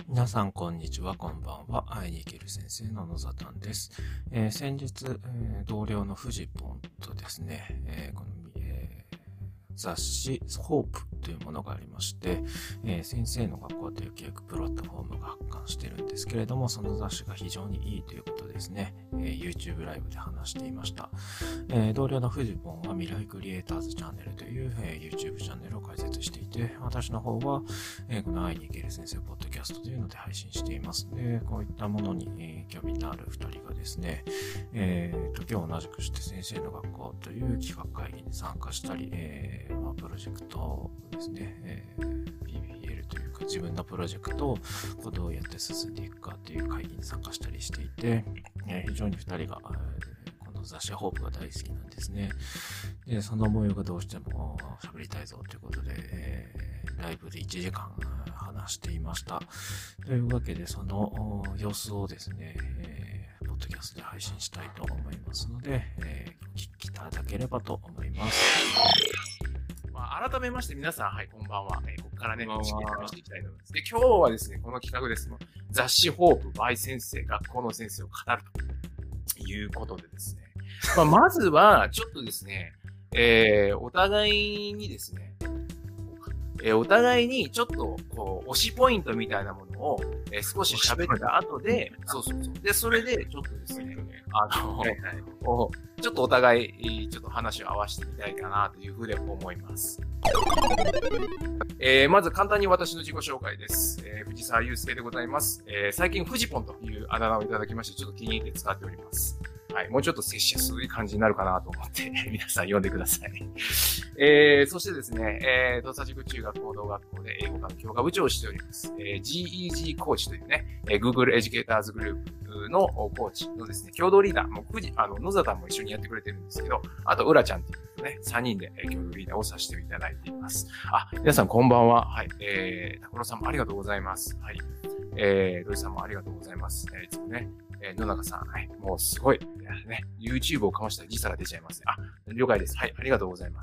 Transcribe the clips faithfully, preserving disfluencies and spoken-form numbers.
皆さんこんにちは、こんばんは。会いに行ける先生の野ざたんです。えー、先日、えー、同僚のフジポンとですね、えー、この、えー、雑誌ホープというものがありまして、えー、先生の学校という教育プラットフォームが発刊しているんですけれども、その雑誌が非常にいいということですね、えー、YouTube ライブで話していました。えー、同僚のフジポンは未来クリエイターズチャンネルという、えー、YouTube チャンネルを開設していて、私の方は、えー、この会いに行ける先生ポッドキャストというので配信しています。で、こういったものに、えー、興味のあるふたりがですね、えー、時を同じくして先生の学校という企画会議に参加したり、えーまあ、プロジェクトですね、えー、ピービーエル というか自分のプロジェクトをどうやって進んでいくかという会議に参加したりしていて、えー、非常にふたりが、えー、この雑誌ホープが大好きなんですね。で、その模様がどうしても喋りたいぞということで、えー、ライブでいちじかん話していました。というわけで、その様子をですね、えー、ポッドキャストで配信したいと思いますので、えー、お聞きいただければと思います。 まあ、改めまして皆さん、はい、こんばんは。えー、ここからね、試していきたいと思います。で、今日はですね、この企画ですの、雑誌ホープ by 先生、学校の先生を語るということでですね、まあ、まずは、ちょっとですね、えー、お互いにですね、えー、お互いにちょっとこう推しポイントみたいなものを、えー、少し喋った後で、そうそうそう。で、それでちょっとですね、あの、はいはい、ちょっとお互いちょっと話を合わせてみたいかなというふうに思います。えー、まず簡単に私の自己紹介です。えー、藤沢祐介でございます。えー、最近フジポンというあだ名をいただきまして、ちょっと気に入って使っております。はい。もうちょっと接しやすい感じになるかなと思って、皆さん読んでください。えー、そしてですね、えー、土佐塾中学高等学校で英語科の教科部長をしております。えー、ジーイージー コーチというね、えー、Google Educators Group のコーチのですね、共同リーダー、もうくじ、あの、野里も一緒にやってくれてるんですけど、あと、うらちゃんっていうね、さんにんで共同リーダーをさせていただいています。あ、皆さんこんばんは。はい。えー、タコロさんもありがとうございます。はい。えー、土井さんもありがとうございます。えー、いつもね、えー、野中さん、はい、もうすごい、ね、YouTube をかましたら時差が出ちゃいますね。あ、了解です。はい、ありがとうございます。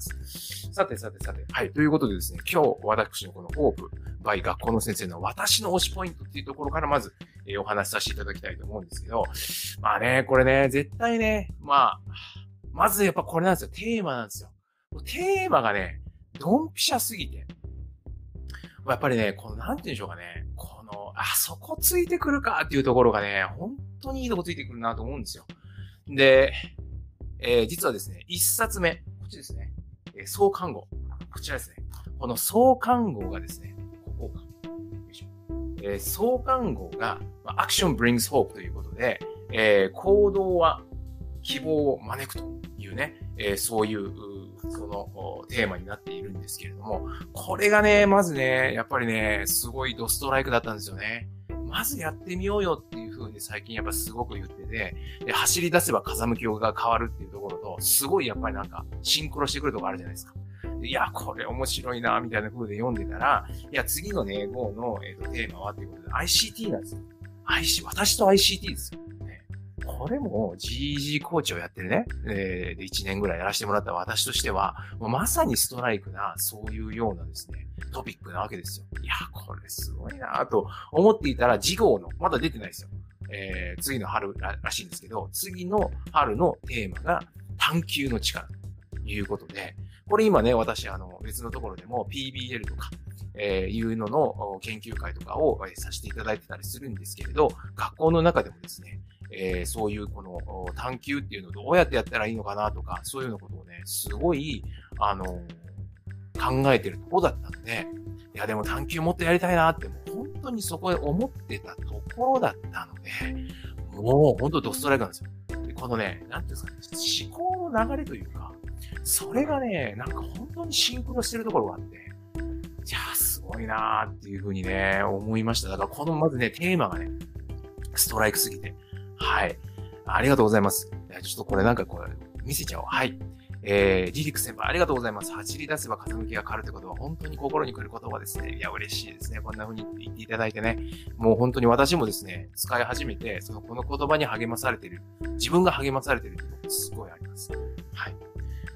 さてさてさて、はい、ということでですね、今日私のこのホープ by 学校の先生の私の推しポイントっていうところからまず、えー、お話しさせていただきたいと思うんですけど、まあね、これね、絶対ね、まあ、まずやっぱこれなんですよ、テーマなんですよ。テーマがね、ドンピシャすぎて、やっぱりね、この、なんて言うんでしょうかね、この、あそこついてくるかっていうところがね、本当にいいとこついてくるなと思うんですよ。で、えー、実はですね、一冊目、こっちですね、えー、創刊号、こちらですね。この創刊号がですね、ここか。よいしょ。えー、創刊号が、アクション brings hope ということで、えー、行動は希望を招くというね、えー、そういう、そのテーマになっているんですけれども、これがね、まずね、やっぱりね、すごいドストライクだったんですよね。まずやってみようよっていう風に最近やっぱすごく言ってて、で走り出せば風向きが変わるっていうところと、すごいやっぱりなんかシンクロしてくるところあるじゃないですか。いや、これ面白いな、みたいな風で読んでたら、いや、次のね、号の、えーと、テーマはっていうことで アイシーティー なんですよ。アイシー、私と アイシーティー ですよ。これも ジーイージー コーチをやってるね、えー、でいちねんぐらいやらせてもらった私としては、もうまさにストライクな、そういうようなですね、トピックなわけですよ。いや、これすごいなぁと思っていたら、次号の、まだ出てないですよ。えー、次の春 ら, らしいんですけど、次の春のテーマが探求の力ということで、これ今ね、私、あの、別のところでも ピービーエル とか、えー、いうのの研究会とかを、えー、させていただいてたりするんですけれど、学校の中でもですね、えー、そういうこの探求っていうのをどうやってやったらいいのかなとか、そういうようなことをね、すごい、あのー、考えてるところだったので、いやでも探求もっとやりたいなって、もう本当にそこで思ってたところだったので、もう本当ドストライクなんですよ。でこのね、なんていうんですかね、思考の流れというか、それがね、なんか本当にシンクロしてるところがあって、いやーすごいなーっていうふうにね、思いました。だからこのまずね、テーマがね、ストライクすぎて、はい。ありがとうございます。ちょっとこれなんかこれ見せちゃおう。はい。えー、リリック先輩ありがとうございます。走り出せば風向きが変わるってことは本当に心に来る言葉ですね。いや、嬉しいですね。こんな風に言っていただいてね。もう本当に私もですね、使い始めて、そのこの言葉に励まされている。自分が励まされているってことすごいあります。はい。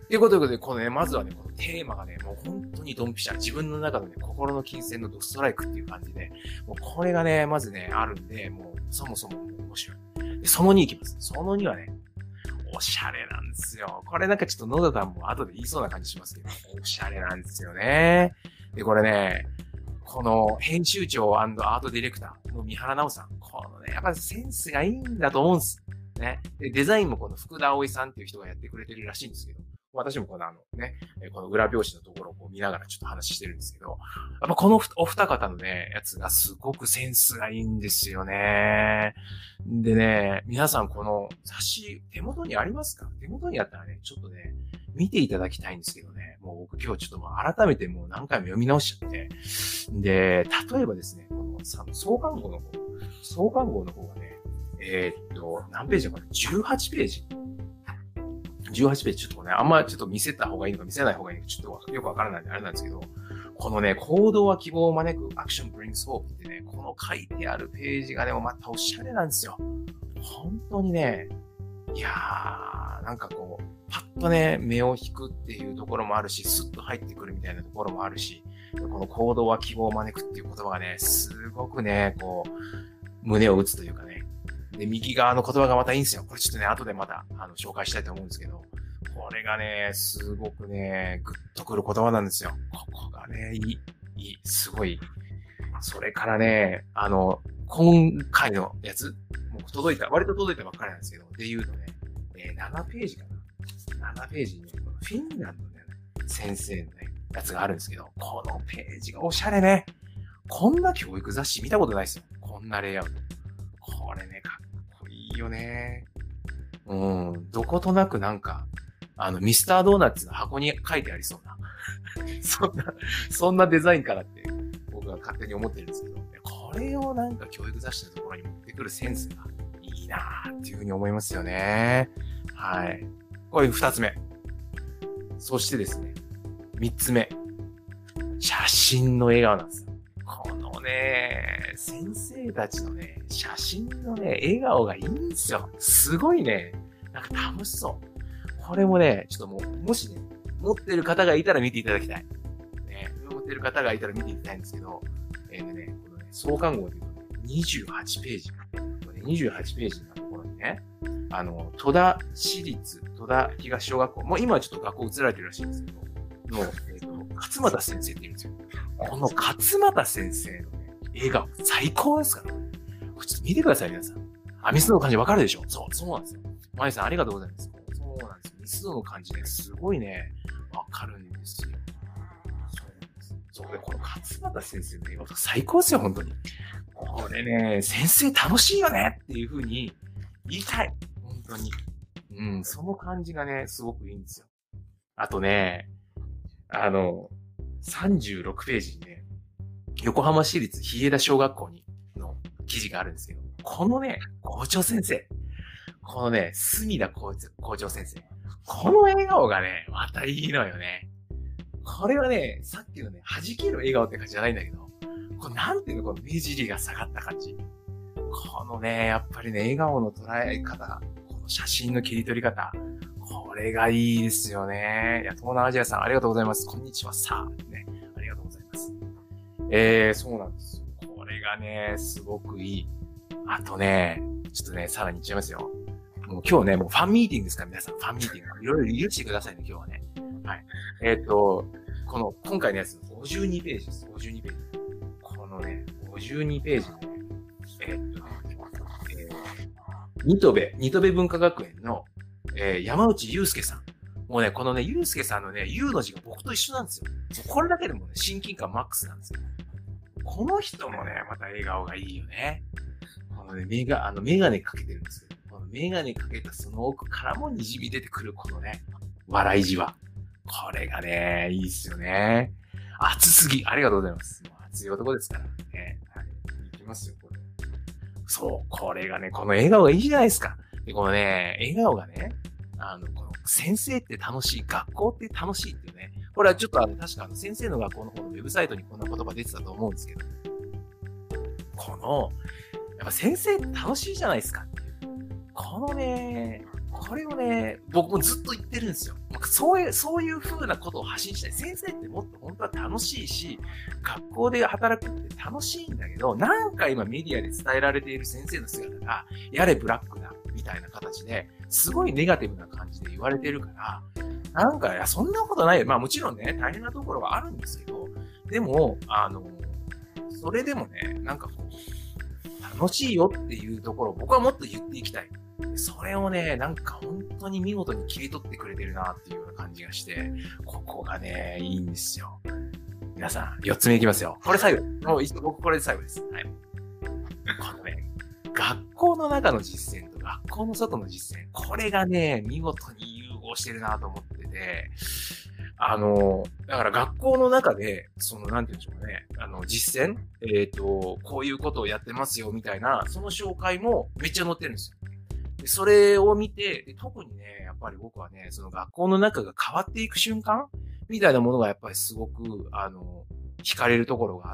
ということで、このね、まずはね、このテーマがね、もう本当にドンピシャ。自分の中のね、心の金銭のドストライクっていう感じで、もうこれがね、まずね、あるんで、もうそもそも面白い。で、そのに行きます。そのにはね、おしゃれなんですよ。これなんかちょっと野田さんも後で言いそうな感じしますけど、おしゃれなんですよね。で、これね、この編集長&アートディレクターの三原直さん。このね、やっぱセンスがいいんだと思うんです。ね。で、デザインもこの福田葵さんっていう人がやってくれてるらしいんですけど、私もこのあのね、この裏表紙のところをこう見ながらちょっと話してるんですけど、やっぱこのお二方のね、やつがすごくセンスがいいんですよね。でね、皆さんこの雑誌手元にありますか？手元にあったらね、ちょっとね、見ていただきたいんですけどね、もう僕今日ちょっともう改めてもう何回も読み直しちゃって、で、例えばですね、この創刊号の方、創刊号の方がね、えー、っと、何ページかな ?じゅうはち ページ。じゅうはちページ、ちょっとね、あんまちょっと見せた方がいいのか見せない方がいいのか、ちょっとよくわからないんであれなんですけど、このね、行動は希望を招く、アクションブリングスホープってね、この書いてあるページがね、またおしゃれなんですよ。本当にね、いやー、なんかこう、パッとね、目を引くっていうところもあるし、スッと入ってくるみたいなところもあるし、この行動は希望を招くっていう言葉がね、すごくね、こう、胸を打つというかね、で、右側の言葉がまたいいんですよ。これちょっとね、後でまた、あの、紹介したいと思うんですけど、これがね、すごくね、グッとくる言葉なんですよ。ここがね、いい、いい、すごい。それからね、あの、今回のやつ、もう届いた、割と届いたばっかりなんですけど、で言うとね、えー、ななページかな。ななページに、ね、このフィンランドのね、先生のね、やつがあるんですけど、このページがおしゃれね。こんな教育雑誌見たことないですよ。こんなレイアウト。これね、かっこいいよね。うん、どことなくなんか、あの、ミスタードーナツの箱に書いてありそうな。そんな、そんなデザインからって僕は勝手に思ってるんですけど、これをなんか教育雑誌のところに持ってくるセンスがいいなーっていうふうに思いますよね。はい。これ二つ目。そしてですね、三つ目。写真の笑顔なんですよ。このね、先生たちのね、写真のね、笑顔がいいんですよ。すごいね、なんか楽しそう。これもね、ちょっともう、もしね、持ってる方がいたら見ていただきたい。ね、持ってる方がいたら見ていきたいんですけど、えー、でね、このね、創刊号でいうと、ね、にじゅうはちページ。にじゅうはちページのところにね、あの、戸田市立、戸田東小学校、もう今はちょっと学校移られてるらしいんですけど、の、えっと、勝俣先生って言うんですよ。この勝俣先生のね、笑顔、最高ですから。これちょっと見てください、皆さん。あ、ミスドの感じわかるでしょ？そう、そうなんですよ。マリさん、ありがとうございます。そうなんですよ。ミスドの感じね、すごいね、わかるんですよ。そうなんです。そうで、この勝俣先生の笑顔とか最高ですよ、本当に。これね、先生楽しいよねっていう風に言いたい。本当に。うん、その感じがね、すごくいいんですよ。あとね、あの、さんじゅうろくページにね、横浜市立日枝小学校にの記事があるんですけど、このね、校長先生、このね、隅田校長先生、この笑顔がね、またいいのよね。これはね、さっきのね、弾ける笑顔って感じじゃないんだけど、これなんていうの、この目尻が下がった感じ。このね、やっぱりね、笑顔の捉え方、この写真の切り取り方、これがいいですよね。いや、東南アジアさんありがとうございます。こんにちはさ。ね、ありがとうございます。えー、そうなんですよ。これがね、すごくいい。あとね、ちょっとね、さらに言っちゃいますよ。もう今日ね、もうファンミーティングですから、皆さん、ファンミーティング。いろいろ許してくださいね、今日はね。はい。えっと、この、今回のやつ、ごじゅうにページです。ごじゅうにページ。このね、ごじゅうにページのね、えー、っと、えー、ニトベ、ニトベ文化学園の、えー、山内祐介さん。もうね、このね、祐介さんのね、祐の字が僕と一緒なんですよ。もうこれだけでもね、親近感マックスなんですよ。この人もね、また笑顔がいいよね。このね、目が、あの、メガネかけてるんですけど、このメガネかけたその奥からも滲み出てくるこのね、笑いじわ。これがね、いいっすよね。熱すぎ。ありがとうございます。もう熱い男ですからね。はい。いきますよ、これ。そう、これがね、この笑顔がいいじゃないですか。で、このね、笑顔がね、あの、この先生って楽しい、学校って楽しいっていうね。これはちょっとあの、確かあの、先生の学校の方のウェブサイトにこんな言葉出てたと思うんですけど、この、やっぱ先生って楽しいじゃないですかっていう。このね、こそれをね、僕もずっと言ってるんですよ。そういう、そういう風なことを発信したい。先生ってもっと本当は楽しいし、学校で働くって楽しいんだけど、なんか今メディアで伝えられている先生の姿が、やれブラックだ、みたいな形で、すごいネガティブな感じで言われてるから、なんか、いや、そんなことないよ。まあもちろんね、大変なところはあるんですけど、でも、あの、それでもね、なんかこう、楽しいよっていうところを僕はもっと言っていきたい。それをね、なんか本当に見事に切り取ってくれてるなっていうような感じがして、ここがね、いいんですよ。皆さん、よっつめいきますよ。これ最後。もう一度、僕これで最後です。はい。このね、学校の中の実践と学校の外の実践、これがね、見事に融合してるなと思ってて、あの、だから学校の中で、その、なんて言うんでしょうかね、あの、実践えっと、こういうことをやってますよ、みたいな、その紹介もめっちゃ載ってるんですよ。でそれを見てで、特にね、やっぱり僕はね、その学校の中が変わっていく瞬間みたいなものがやっぱりすごく、あの、惹かれるところがあって、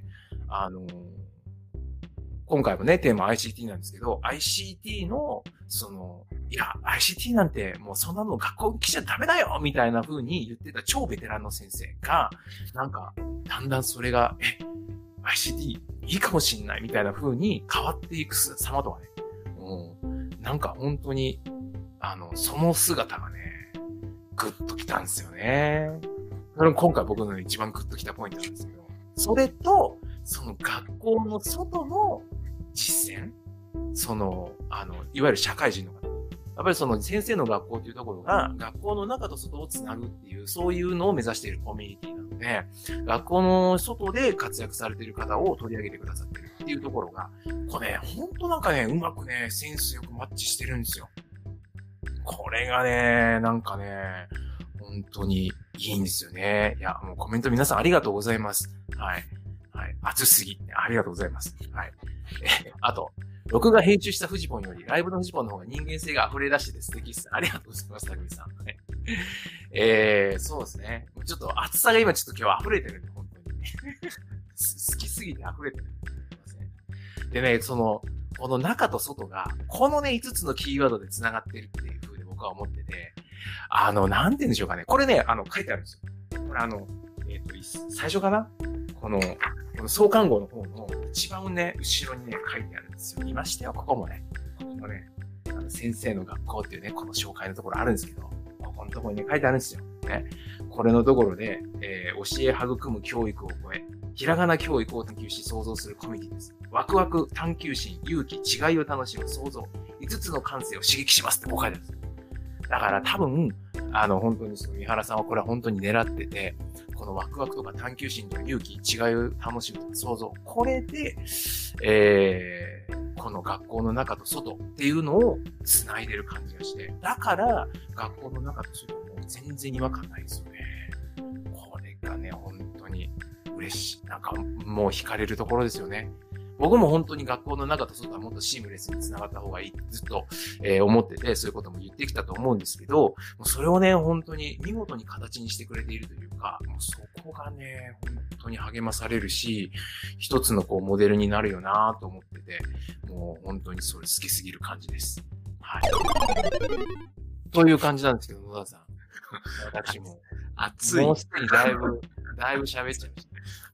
あの、今回もね、テーマ アイシーティー なんですけど、アイシーティー の、その、いや、アイシーティー なんてもうそんなの学校来ちゃダメだよみたいな風に言ってた超ベテランの先生が、なんか、だんだんそれが、え、アイシーティー いいかもしんないみたいな風に変わっていく様とかね、うん、なんか本当に、あの、その姿がね、グッときたんですよね。それ今回僕の一番グッときたポイントなんですけど、それと、その学校の外の実践その、あの、いわゆる社会人の方。やっぱりその先生の学校というところが、学校の中と外をつなぐっていう、そういうのを目指しているコミュニティなので、学校の外で活躍されている方を取り上げてくださっているっていうところが、これね、ほんとなんかね、うまくね、センスよくマッチしてるんですよ。これがね、なんかね、本当にいいんですよね。いや、もうコメント皆さんありがとうございます。はい。はい。熱すぎ。ありがとうございます。はい。え、あと、僕が編集したフジポンより、ライブのフジポンの方が人間性が溢れ出してて素敵っす。ありがとうございます、たくみさん。はい。えー、そうですね。ちょっと熱さが今ちょっと今日溢れてるんで、本当に。好きすぎて溢れてる。すいません。でね、その、この中と外が、このね、いつつのキーワードで繋がってるっていう風に僕は思ってて、あの、なんて言うんでしょうかね。これね、あの、書いてあるんですよ。これあの、えっと、最初かなこの、この創刊号の方の一番ね、後ろにね、書いてあるんですよ。見ましたよ、ここもね。ここね、あの先生の学校っていうね、この紹介のところあるんですけど、ここのところにね、書いてあるんですよ。ね。これのところで、えー、教え育む教育を超え、ひらがな教育を探求し創造するコミュニティです。ワクワク、探求心、勇気、違いを楽しむ創造、いつつの感性を刺激しますってこう書いてあるんですよ。だから多分、あの、本当にその三原さんはこれは本当に狙ってて、このワクワクとか探求心とか勇気、違いを楽しむとか想像、これで、えー、この学校の中と外っていうのを繋いでる感じがして、だから学校の中と外も全然違和感ないですよね。これがね、本当に嬉しい。なんかもう惹かれるところですよね。僕も本当に学校の中と外はもっとシームレスに繋がった方がいいってずっと、えー、思ってて、そういうことも言ってきたと思うんですけど、もうそれをね、本当に見事に形にしてくれているというか、もうそこがね、本当に励まされるし、一つのこうモデルになるよなと思ってて、もう本当にそれ好きすぎる感じです。はい。という感じなんですけど、野田さん。私も、熱い。もうすでにだいぶ、だいぶ喋っちゃいました。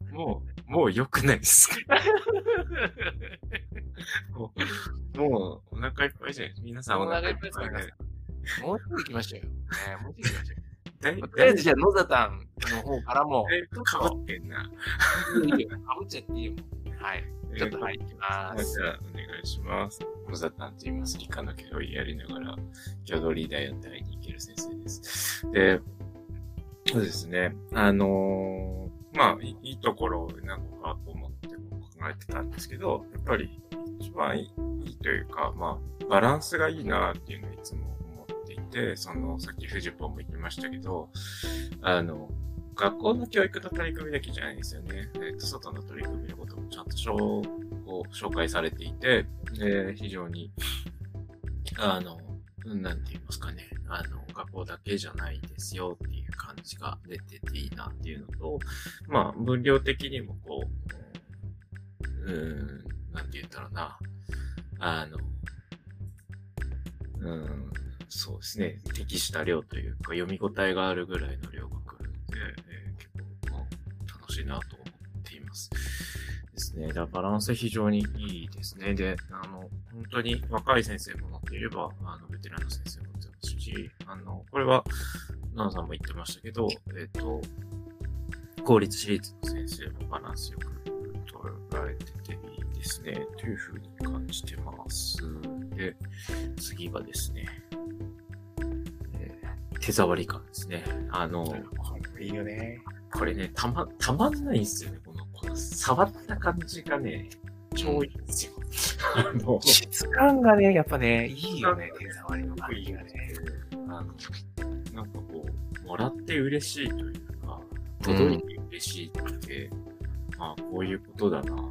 もう、もう良くないですかもう、もうお腹いっぱいじゃないですか。皆さんお腹いっぱいですかもうちょっと行きましょうよ。ね、もうちょっと行きましょう。とりあえずじゃあ、野田さんの方からも。 かぶってんな。 かぶっちゃっていいよ。はい。ちょっと入ってます。 じゃあ、お願いします。野田さんと言います。理科の教員やりながら、郷土リーダーやって会いに行ける先生です。で、そうですね。あのー、まあい、いいところを何個かと思っても考えてたんですけど、やっぱり一番いいというか、まあ、バランスがいいなっていうのをいつも思っていて、その、さっきフジポンも言ってましたけど、あの、学校の教育の取り組みだけじゃないんですよね。えっと、外の取り組みのこともちゃんと紹こう紹介されていて、えー、非常に、あの、なんて言いますかね、あの、学校だけじゃないですよっていう感じが出てていいなっていうのと、まあ、分量的にもこう、うーん、なんて言ったらな、あの、うーん、 そうですね、適した量というか、読み応えがあるぐらいの量が来るので、えー、結構、まあ、楽しいなと思っています。ですね。だからバランス非常にいいですね。で、あの、本当に若い先生も乗っていれば、あの、ベテランの先生も乗ってますし、あの、これは、ナナさんも言ってましたけど、えっと、公立私立の先生もバランスよく捉えてていいですね。というふうに感じてます。で、次はですね、えー、手触り感ですね。あの、 これいいよね。 これね、たま、たまんないんですよね。この、この触った感じがね、超いいんですよ。あの、 質感がね、やっぱね、いいよね、手触りの感じがね。 あの、なんかこう、もらって嬉しいというか、届いて嬉しいって、うん、まあ、こういうことだなと思って、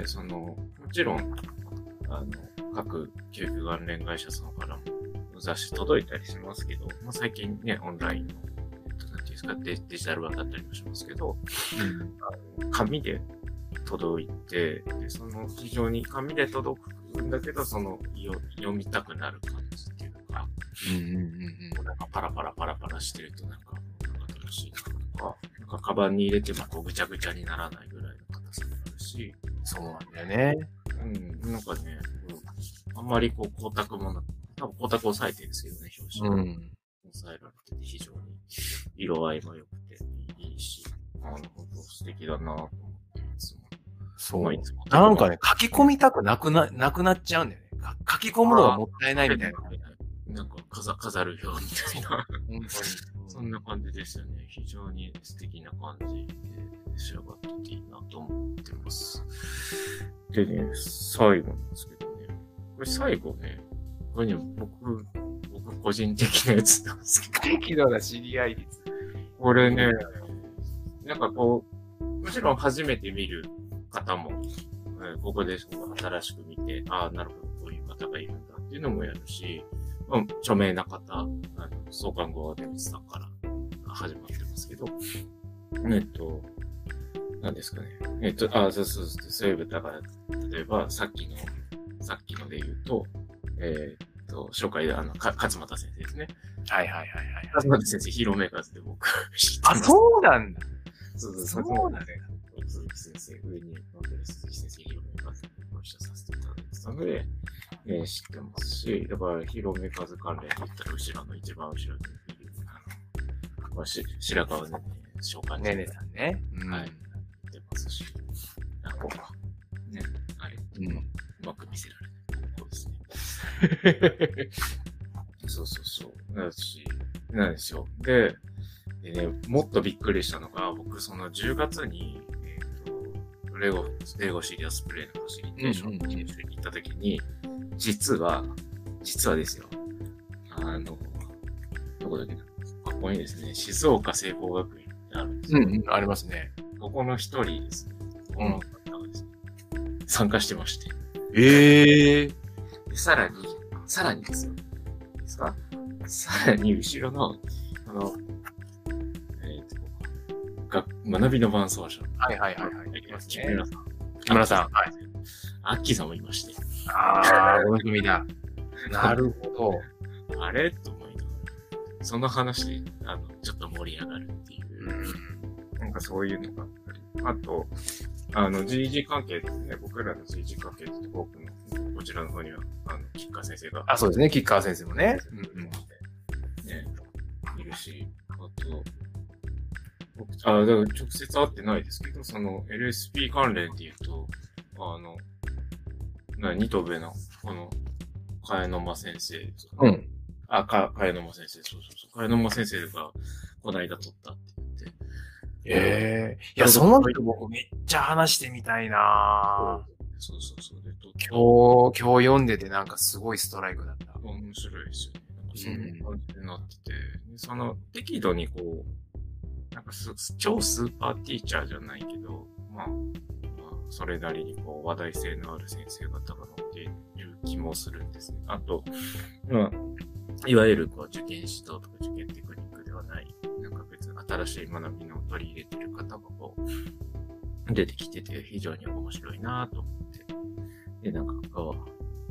その、もちろん、あの、各救急関連会社さんからも雑誌届いたりしますけど、まあ、最近ね、オンラインの、えっと、なんていうんですか、デ、デジタル版だったりもしますけど、うん、あの紙で届いて、で、その非常に紙で届くんだけど、そのよ読みたくなる感じっていうか、うんうんうんうん、なんかパラパラパラパラしてるとなんか、なんか楽しいなとか、なんかカバンに入れてもこうぐちゃぐちゃにならないぐらいの硬さになるし、 そうなんだよね。 うん、なんかね、あんまりこう光沢もなく、多分光沢を抑えてるんですけどね、表紙。うん。抑えられてて非常に色合いも良くていいし、あの、本当素敵だなと思っていつも。 そう。まあ、いつもなんかね、書き込みたくなくな、なくなっちゃうんだよね。書き込むのがもったいないみたいな。 なんか飾、飾る表みたいな。本当に。そんな感じですよね。非常に素敵な感じで仕上がってていいなと思ってます。でね、最後なんですけどね。これ最後ね、これね、僕、僕個人的なやつなんですけど。 適度な知り合い率。 これね、なんかこう、もちろん初めて見る方も、えー、ここで新しく見て、ああ、なるほど、こういう方がいるんだっていうのもやるし、まあ、著名な方、あの創刊号出口さんから始まってますけど、えっと、何ですかね。えっと、あ、そうそうそう、そういえば、だから、例えば、さっきの、さっきので言うと、えー、っと、紹介で、あの、か、勝俣先生ですね。 はいはいはいはい。 勝俣先生、ヒーローメーカーズで僕、知ってます。 あ、そうなんだ。 そうそう、 そうなんだ。 鈴木先生、上に乗ってる鈴木先生、ヒーローメーカーズでご一緒させていただいてたので、えー、知ってますし、だから、ヒーローメーカーズ関連で言ったら、後ろの一番後ろにいる、あの、し白川ね、召喚ねねさんね。 はい。出ますし、あ、こうか。ね、あれ、うん、うまく見せられない。こうですね。そうそうそう。なんし、なんですよ。で、でね、もっとびっくりしたのが、僕、そのじゅうがつに、えっと、レゴ、レゴシリアスプレイのファシリテーションに行った時に、実は、実はですよ、あの、どこだっけな、ここにですね、静岡聖光学院ってあるんですよ。 うん、うん、ありますね。 ここの一人ですね。この方がですね、参加してまして。 ええー。 で、さらに、さらにですよ。いいですか？さらに後ろの、あの、えっと、が学びの伴奏者。 はいはいはいはい。 木村さん。 木村さん。はい。 アッキーさんもいまして。 ああ、この組だ。なるほど。あれと思いながら、その話で、あの、ちょっと盛り上がるっていう。うん、なんかそういうのがあったり。あと、あの、ジージー 関係ですね。僕らの ジージー 関係って多くの、こちらの方には、あの、キッカー先生が。 あ、そうですね。キッカー先生もね。 うんうん。ね、いるし、あと、僕、あ、だから直接会ってないですけど、その エルエスピー 関連で言うと、あの、な、二頭上の、この、茅野間先生。 うん。 あ、か、茅野間先生、そうそうそう。茅野間先生が、この間撮ったって言って。 ええー。いや、その人僕めっちゃ話してみたいなぁ。 そうそうそう。で今日、今日読んでてなんかすごいストライクだった。 面白いですよね。なんかそんな感じになってて、うん、その、適度にこう、なんかす超スーパーティーチャーじゃないけど、まあ、まあ、それなりにこう話題性のある先生方が載っている気もするんですね。あと、まあ、いわゆるこう受験指導とか受験テクニックではない、なんか別に新しい学びのを取り入れてる方がこう、出てきてて非常に面白いなと思って。で、なんかこう、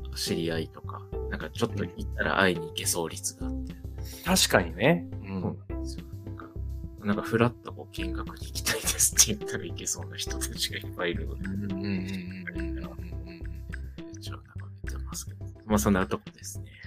知り合いとか、なんかちょっと行ったら会いに行けそう率があって。 確かにね。うん。 そうなんですよ。なんか、なんかフラッとこう見学に行きたいですって言ったら行けそうな人たちがいっぱいいるので。うんうんうんうん。めっちゃ眺めてますけど。まあそんなとこですね。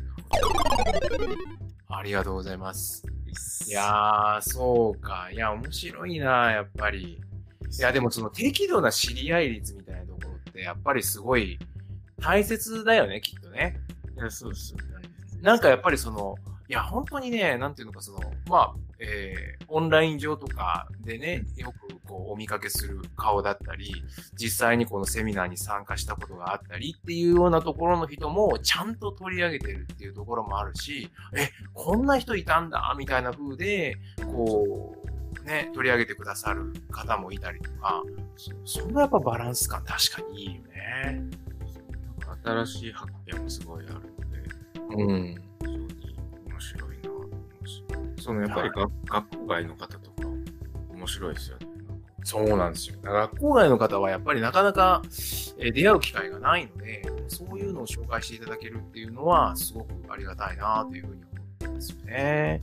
ありがとうございます。いやー、そうか。いや、面白いな、やっぱり。いや、でもその適度な知り合い率みたいなところって、やっぱりすごい大切だよね、きっとね。 いや、そうですよね。 なんかやっぱりその、いや、本当にね、なんていうのか、その、まあ、えー、オンライン上とかでね、よくこうお見かけする顔だったり、実際にこのセミナーに参加したことがあったりっていうようなところの人もちゃんと取り上げてるっていうところもあるし、え、こんな人いたんだ、みたいな風で、こう、ね、取り上げてくださる方もいたりとか、そ, そんなやっぱバランス感確かにいいよね。 なんか新しい発見もすごいあるので、 うん。 非常に面白いなと思います。そのやっぱり学校外の方とか面白いですよね。 そうなんですよ。学校外の方はやっぱりなかなか出会う機会がないので、そういうのを紹介していただけるっていうのはすごくありがたいなというふうに思ってますよね。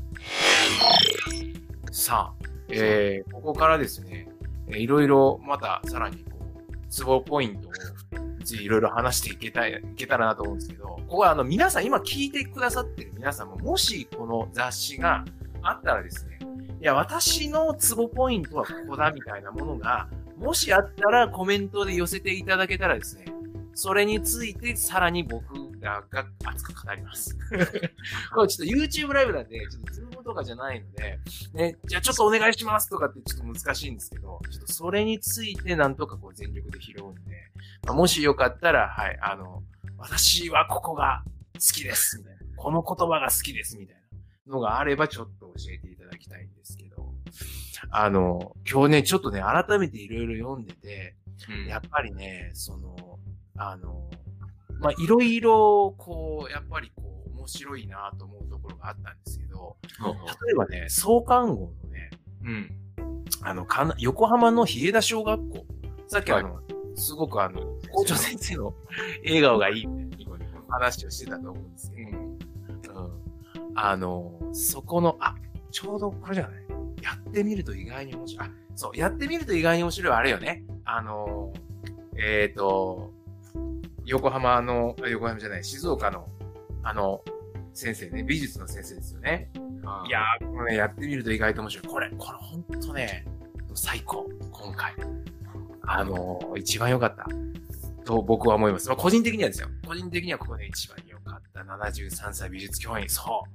さあ、えー、ここからですね、いろいろまたさらにこうツボポイントをいろいろ話していけたい、いけたらなと思うんですけど、ここはあの皆さん今聞いてくださってる皆さんももしこの雑誌があったらですね、いや私のツボポイントはここだみたいなものがもしあったらコメントで寄せていただけたらですね、それについてさらに僕らが熱く語ります。これちょっと YouTube ライブなんで、ちょっとズームとかじゃないので、ね、じゃあちょっとお願いしますとかってちょっと難しいんですけど、ちょっとそれについてなんとかこう全力で拾うんで、まあ、もしよかったら、はい、あの、私はここが好きです、みたいな。この言葉が好きです、みたいなのがあればちょっと教えていただきたいんですけど、あの、今日ね、ちょっとね、改めていろいろ読んでて、うん、やっぱりね、その、あの、まあ、いろいろ、こう、やっぱりこう、面白いなと思うところがあったんですけど、例えばね、創刊号のね、うん、あの、かな、横浜の日枝小学校、さっきあの、はい、すごくあの、校長先生の笑顔がいいみたいな話をしてたと思うんですけど、うん、あの、そこの、あ、ちょうどこれじゃないやってみると意外に面白い。あ、そう、やってみると意外に面白いはあれよね。あの、えっと、横浜の、横浜じゃない、静岡の、あの、先生ね、美術の先生ですよね。いやー、このね、やってみると意外と面白い。これ、これほんとね、最高、今回。あのー、一番良かった。と僕は思います。まあ、個人的にはですよ。個人的にはここね、一番良かった。ななじゅうさんさい美術教員。そう。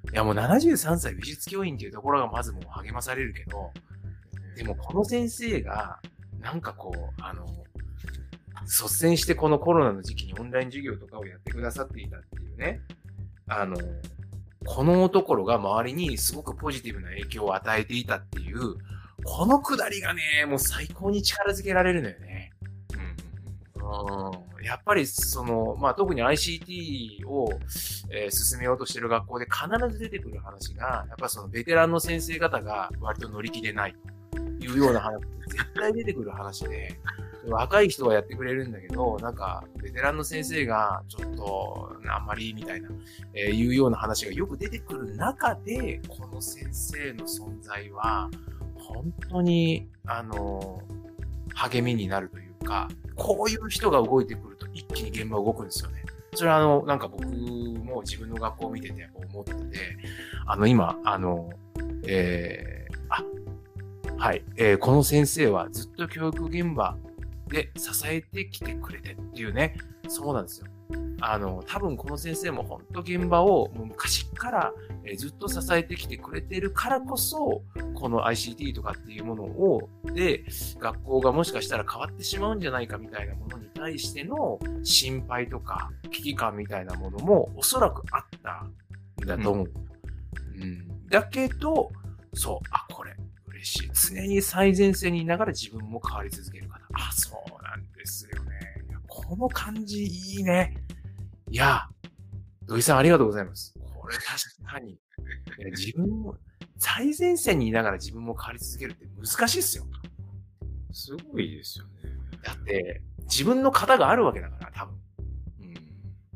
いや、もうななじゅうさんさい美術教員っていうところがまずもう励まされるけど、でもこの先生が、なんかこう、あの、率先してこのコロナの時期にオンライン授業とかをやってくださっていたっていうね、あの、このところが周りにすごくポジティブな影響を与えていたっていう、このくだりがね、もう最高に力づけられるのよね。うんうん、やっぱりその、まあ、特に アイシーティー を、えー、進めようとしている学校で必ず出てくる話が、やっぱそのベテランの先生方が割と乗り気でないというような話、絶対出てくる話で、若い人はやってくれるんだけど、なんか、ベテランの先生が、ちょっと、あんまり、みたいな、えー、いうような話がよく出てくる中で、この先生の存在は、本当に、あの、励みになるというか、こういう人が動いてくると一気に現場動くんですよね。それはあの、なんか僕も自分の学校を見てて思ってて、あの、今、あの、えー、あ、はい、えー、この先生はずっと教育現場、で、支えてきてくれてっていうね。そうなんですよ。あの、多分この先生も本当現場をもう昔から、えー、ずっと支えてきてくれてるからこそ、この アイシーティー とかっていうものを、で、学校がもしかしたら変わってしまうんじゃないかみたいなものに対しての心配とか危機感みたいなものもおそらくあったんだと思う。うん。うん、だけど、そう、あ、これ。嬉しい。常に最前線にいながら自分も変わり続ける方。あ、そうなんですよね。いやこの感じいいね。いや、土井さんありがとうございます。これ確かに。自分も、最前線にいながら自分も変わり続けるって難しいですよ。 すごいですよね。 だって、自分の型があるわけだから、多分。 うん。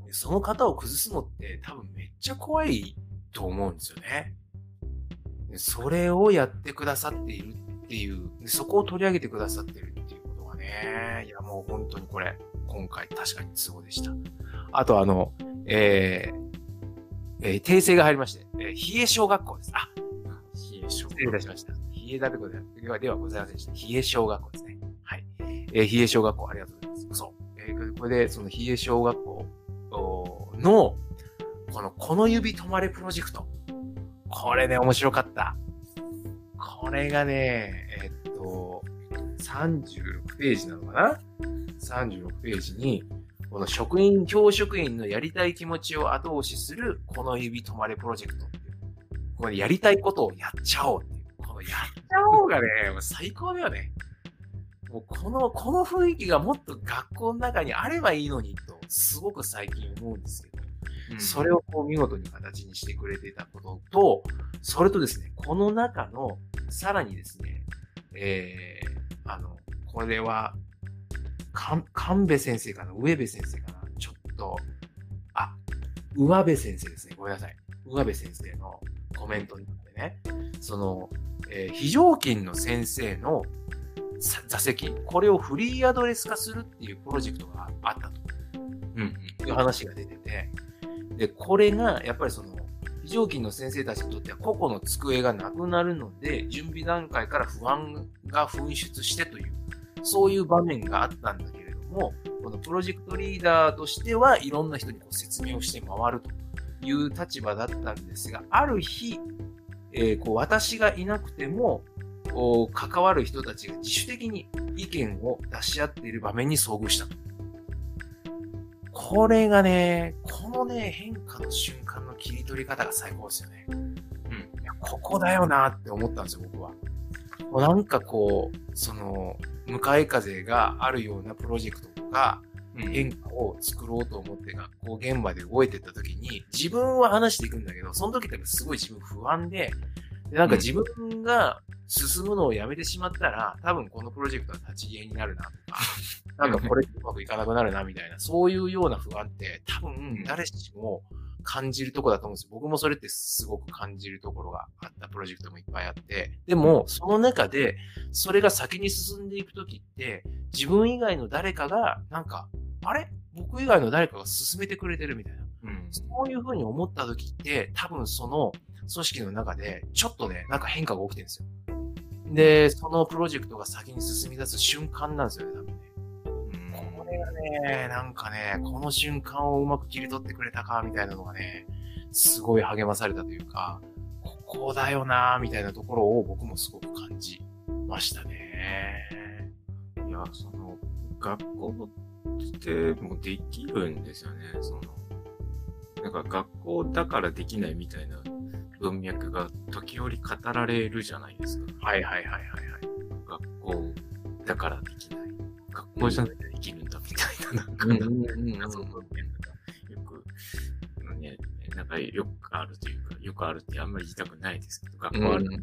その方を崩すのって多分めっちゃ怖いと思うんですよね。それをやってくださっているっていう、そこを取り上げてくださってるっていうことがね、いやもう本当にこれ、今回確かにツボでした。あとあの、えー、えー、訂正が入りまして、えー、比叡小学校です。あ、比叡小学校。失礼いたしました。比叡だべこでは、ではございませんでした。比叡小学校ですね。はい。えー、比叡小学校ありがとうございます。そう。えー、これで、その比叡小学校の、この、この指止まれプロジェクト。これね、面白かった。これがね、えっと、さんじゅうろくページなのかな ?さんじゅうろく ページに、この職員、教職員のやりたい気持ちを後押しする、この指止まれプロジェクトっていう。これやりたいことをやっちゃおうっていう。このやっちゃおうがね、もう最高だよね。もうこの、この雰囲気がもっと学校の中にあればいいのにと、すごく最近思うんですけど、うん、それをこう見事に形にしてくれていたことと、それとですね、この中の、さらにですね、えー、あの、これは、か神戸先生かな上部先生かなちょっと、あ、上部先生ですね。ごめんなさい。上部先生のコメントになってね、その、えー、非常勤の先生の座席、これをフリーアドレス化するっていうプロジェクトがあったと。うん。いう話が出てて、で、これが、やっぱりその、非常勤の先生たちにとっては個々の机がなくなるので、準備段階から不安が噴出してという、そういう場面があったんだけれども、このプロジェクトリーダーとしてはいろんな人にこう説明をして回るという立場だったんですが、ある日、えー、こう私がいなくても、関わる人たちが自主的に意見を出し合っている場面に遭遇したと。これがね、このね、変化の瞬間の切り取り方が最高ですよね。うん。いや、ここだよなって思ったんですよ、僕は。なんかこう、その、向かい風があるようなプロジェクトとか、変化を作ろうと思って学校現場で動いてった時に、自分は話していくんだけど、その時ってすごい自分不安で、でなんか自分が進むのをやめてしまったら、多分このプロジェクトは立ち消えになるなとか、なんかこれうまくいかなくなるなみたいな、そういうような不安って多分誰しも感じるところだと思うんですよ。僕もそれってすごく感じるところがあったプロジェクトもいっぱいあって、でもその中でそれが先に進んでいくときって、自分以外の誰かがなんか、あれ僕以外の誰かが進めてくれてるみたいな。うん、そういうふうに思ったときって、多分その組織の中でちょっとね、なんか変化が起きてるんですよ。で、そのプロジェクトが先に進み出す瞬間なんですよね、多分ね。これがね、なんかね、この瞬間をうまく切り取ってくれたか、みたいなのがね、すごい励まされたというか、ここだよな、みたいなところを僕もすごく感じましたね。 いや、その、学校ってもうできるんですよね、その、なんか学校だからできないみたいな文脈が時折語られるじゃないですか。 はいはいはいはいはい。 学校だからできない。学校じゃなきゃできるんだみたいな、なんか、謎の文脈がよく、ね、なんかよくあるというか、よくあるってあんまり言いたくないですけど、学校あるんだって。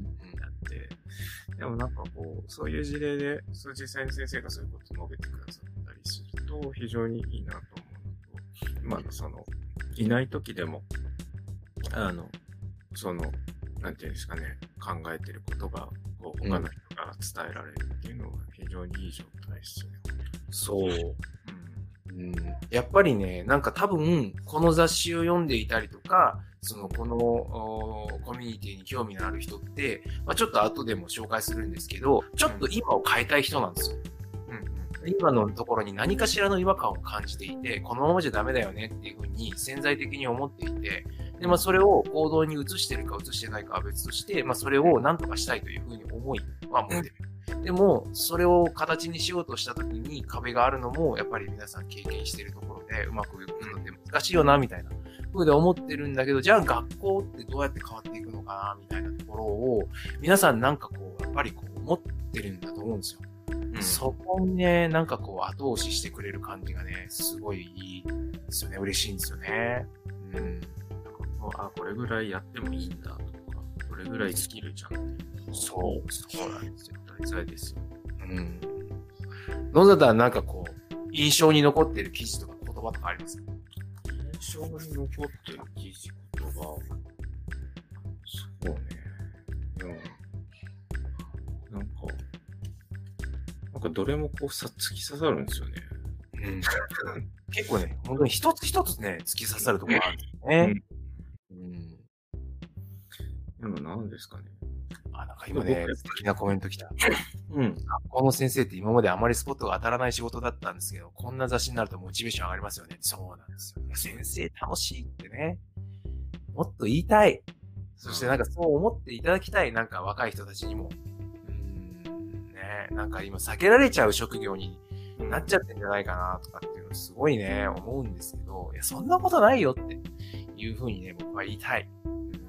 でもなんかこう、そういう事例で、そう実際に先生がそういうことを述べてくださったりすると、非常にいいなと思うのと、まあその、いない時でも、あの、その、なんていうんですかね、考えてることが、こう、他の人から伝えられるっていうのは非常にいい状態ですよね。 そう。うんうん、やっぱりね、なんか多分、この雑誌を読んでいたりとか、その、このコミュニティに興味のある人って、まあ、ちょっと後でも紹介するんですけど、ちょっと今を変えたい人なんですよ。うん、今のところに何かしらの違和感を感じていて、このままじゃダメだよねっていうふうに潜在的に思っていて、で、まあ、それを行動に移してるか移してないかは別として、まあ、それを何とかしたいというふうに思いは持ってる。でも、それを形にしようとしたときに壁があるのも、やっぱり皆さん経験しているところで、うまくいくのって難しいよな、みたいな風で思ってるんだけど、じゃあ学校ってどうやって変わっていくのかな、みたいなところを、皆さんなんかこう、やっぱりこう、思ってるんだと思うんですよ。うん、そこにね、なんかこう、後押ししてくれる感じがね、すごいいいですよね。嬉しいんですよね。うん。 あ、これぐらいやってもいいんだとか、これぐらいスキルじゃんっていう。 そう、そうなんですよ。 大事ですよ。 うん。野里はなんかこう、印象に残っている記事とか言葉とかありますか？ 印象に残ってる記事言葉。そうね。うん。なんか、なんかどれもこうさ、突き刺さるんですよね。 うん。結構ね、本当に一つ一つね、突き刺さるところがあるんですよね。うん。うん、 でも何ですかね。 あ、なんか今ね、素敵なコメント来た。 うん。 学校の先生って今まであまりスポットが当たらない仕事だったんですけど、こんな雑誌になるとモチベーション上がりますよね。そうなんですよ。先生楽しいってね。もっと言いたい。そしてなんかそう思っていただきたい。なんか若い人たちにも。うーん、ね。なんか今避けられちゃう職業になっちゃってんじゃないかなとかっていうのすごいね、思うんですけど、いや、そんなことないよっていうふうにね、僕は言いたい。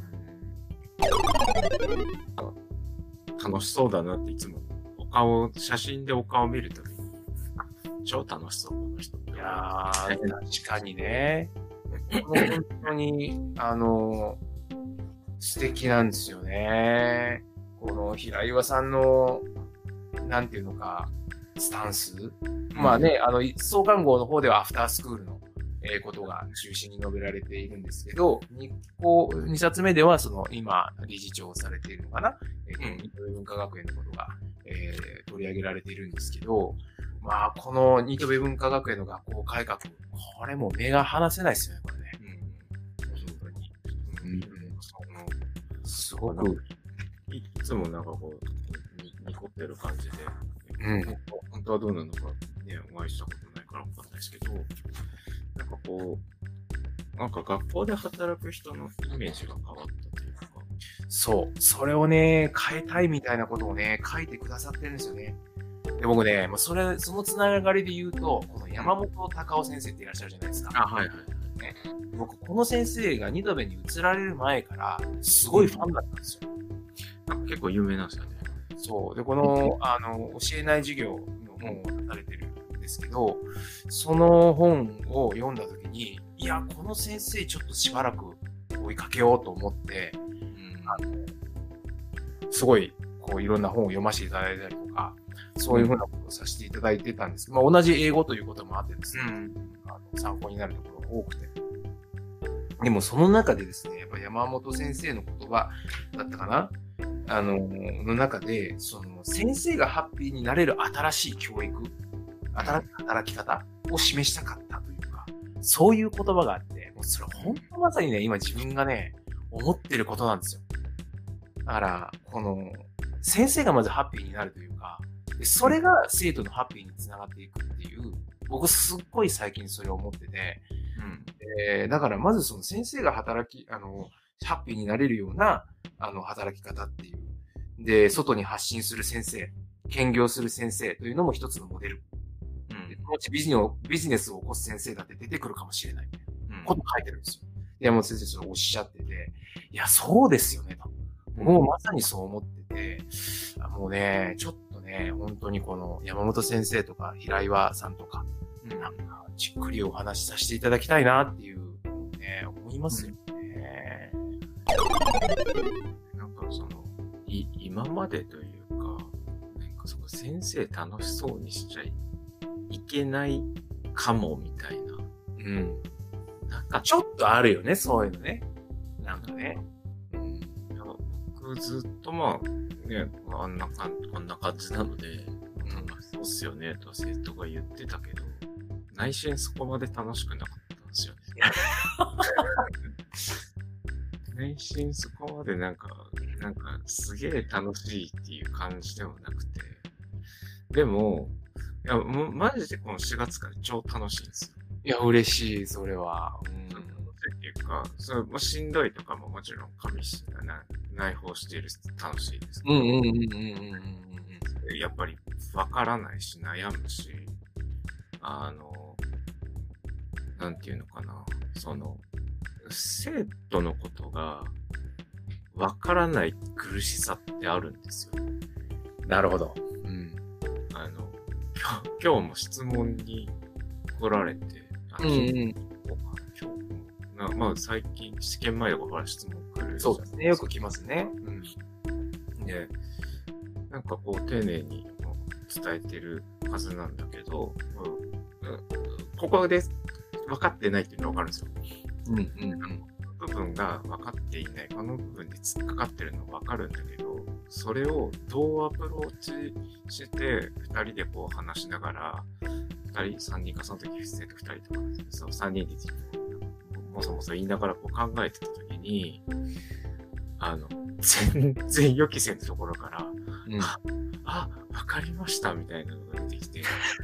楽しそうだなっていつもお顔、写真でお顔を見るときに超楽しそうこの人。 いやー、確かにね。本当に、あの、素敵なんですよね。この平岩さんの、なんていうのか、スタンス。まあね、あの、創刊号の方ではアフタースクールのえー、ことが中心に述べられているんですけど、日報、にさつめでは、その、今、理事長をされているのかな、えー、ニトベ文化学園のことが、えー、取り上げられているんですけど、まあ、このニトベ文化学園の学校改革、これも目が離せないですよね、これね。うん。本当に。うん。その、すごくい、いつもなんかこう、に、にこってる感じで、 うん。 本当はどうなのかね、お会いしたことないからわかんないですけど、なんかこう、なんか学校で働く人のイメージが変わったというか。 そう。それをね、変えたいみたいなことをね、書いてくださってるんですよね。で、僕ね、まあ、それ、そのつながりで言うと、この山本隆夫先生っていらっしゃるじゃないですか。 あ、はいはい。 ね、僕、この先生がニトベに移られる前から、すごいファンだったんですよ。 なんか結構有名なんですよね。 そう。で、この、あの、教えない授業の本を出されてるんですけど、その本を読んだときに、いや、この先生ちょっとしばらく追いかけようと思って、うん、あのすごい、こう、いろんな本を読ませていただいたりとか、そういうふうなことをさせていただいてたんですけど、まあ、同じ英語ということもあってですね、うん、あの参考になるところが多くて。でも、その中でですね、やっぱ山本先生の言葉だったかなあの、の中で、その、先生がハッピーになれる新しい教育、新しい働き方を示したかったというか、そういう言葉があって、もうそれ本当まさにね、今自分がね、思ってることなんですよ。だから、この、先生がまずハッピーになるというか、でそれが生徒のハッピーにつながっていくっていう、僕すっごい最近それを思ってて、うんえー、だからまずその先生が働き、あの、ハッピーになれるような、あの、働き方っていう。で、外に発信する先生、兼業する先生というのも一つのモデル。うん。で、そのうちビジネスを、ビジネスを起こす先生だって出てくるかもしれない。うん。こと書いてるんですよ。山本先生それおっしゃってて、いや、そうですよね、と。僕もまさにそう思ってて、もうね、ちょっとね、本当にこの山本先生とか平岩さんとか、うん、なんかじっくりお話しさせていただきたいなっていうね、思いますよね。 なんかその、い、今までというか、なんかその先生楽しそうにしちゃいけないかもみたいな。 うん。なんかちょっとあるよね、そういうのね。なんかね。 うん。僕ずっとまあ、ね、あんなかん、こんな感じなので、楽しそうっすよね、と生徒が言ってたけど、内心そこまで楽しくなかったんですよね。内心そこまでなんか、なんかすげえ楽しいっていう感じでもなくて。でも、いや、もうマジでこのしがつから超楽しいんですよ。 いや、嬉しい、それは。 うん。楽しいっていうか、それもしんどいとかももちろん加味しな、内包している楽しいです、 ね。うんうんうんうんうん。 やっぱりわからないし悩むし、あの、なんていうのかな、その、生徒のことがわからない苦しさってあるんですよ。 なるほど。 うん。あの、今日、今日も質問に来られて、あの、うんうん、今日も、まあ最近試験前とかから質問来る。 そうですね。よく来ますね。 うん。で、なんかこう丁寧に伝えてるはずなんだけど、うん、ここで分かってないっていうのが分かるんですよ。 うんうんうん。 部分が分かっていない、この部分で突っかかってるのは分かるんだけど、それをどうアプローチして、ふたりでこう話しながら、ふたり、さんにんか、その時生徒ふたりとか、そうさんにんでもそもそ言いながらこう考えてた時に、あの、全然予期せぬところから、うん、あ、あ、わかりましたみたいなのが出てきて。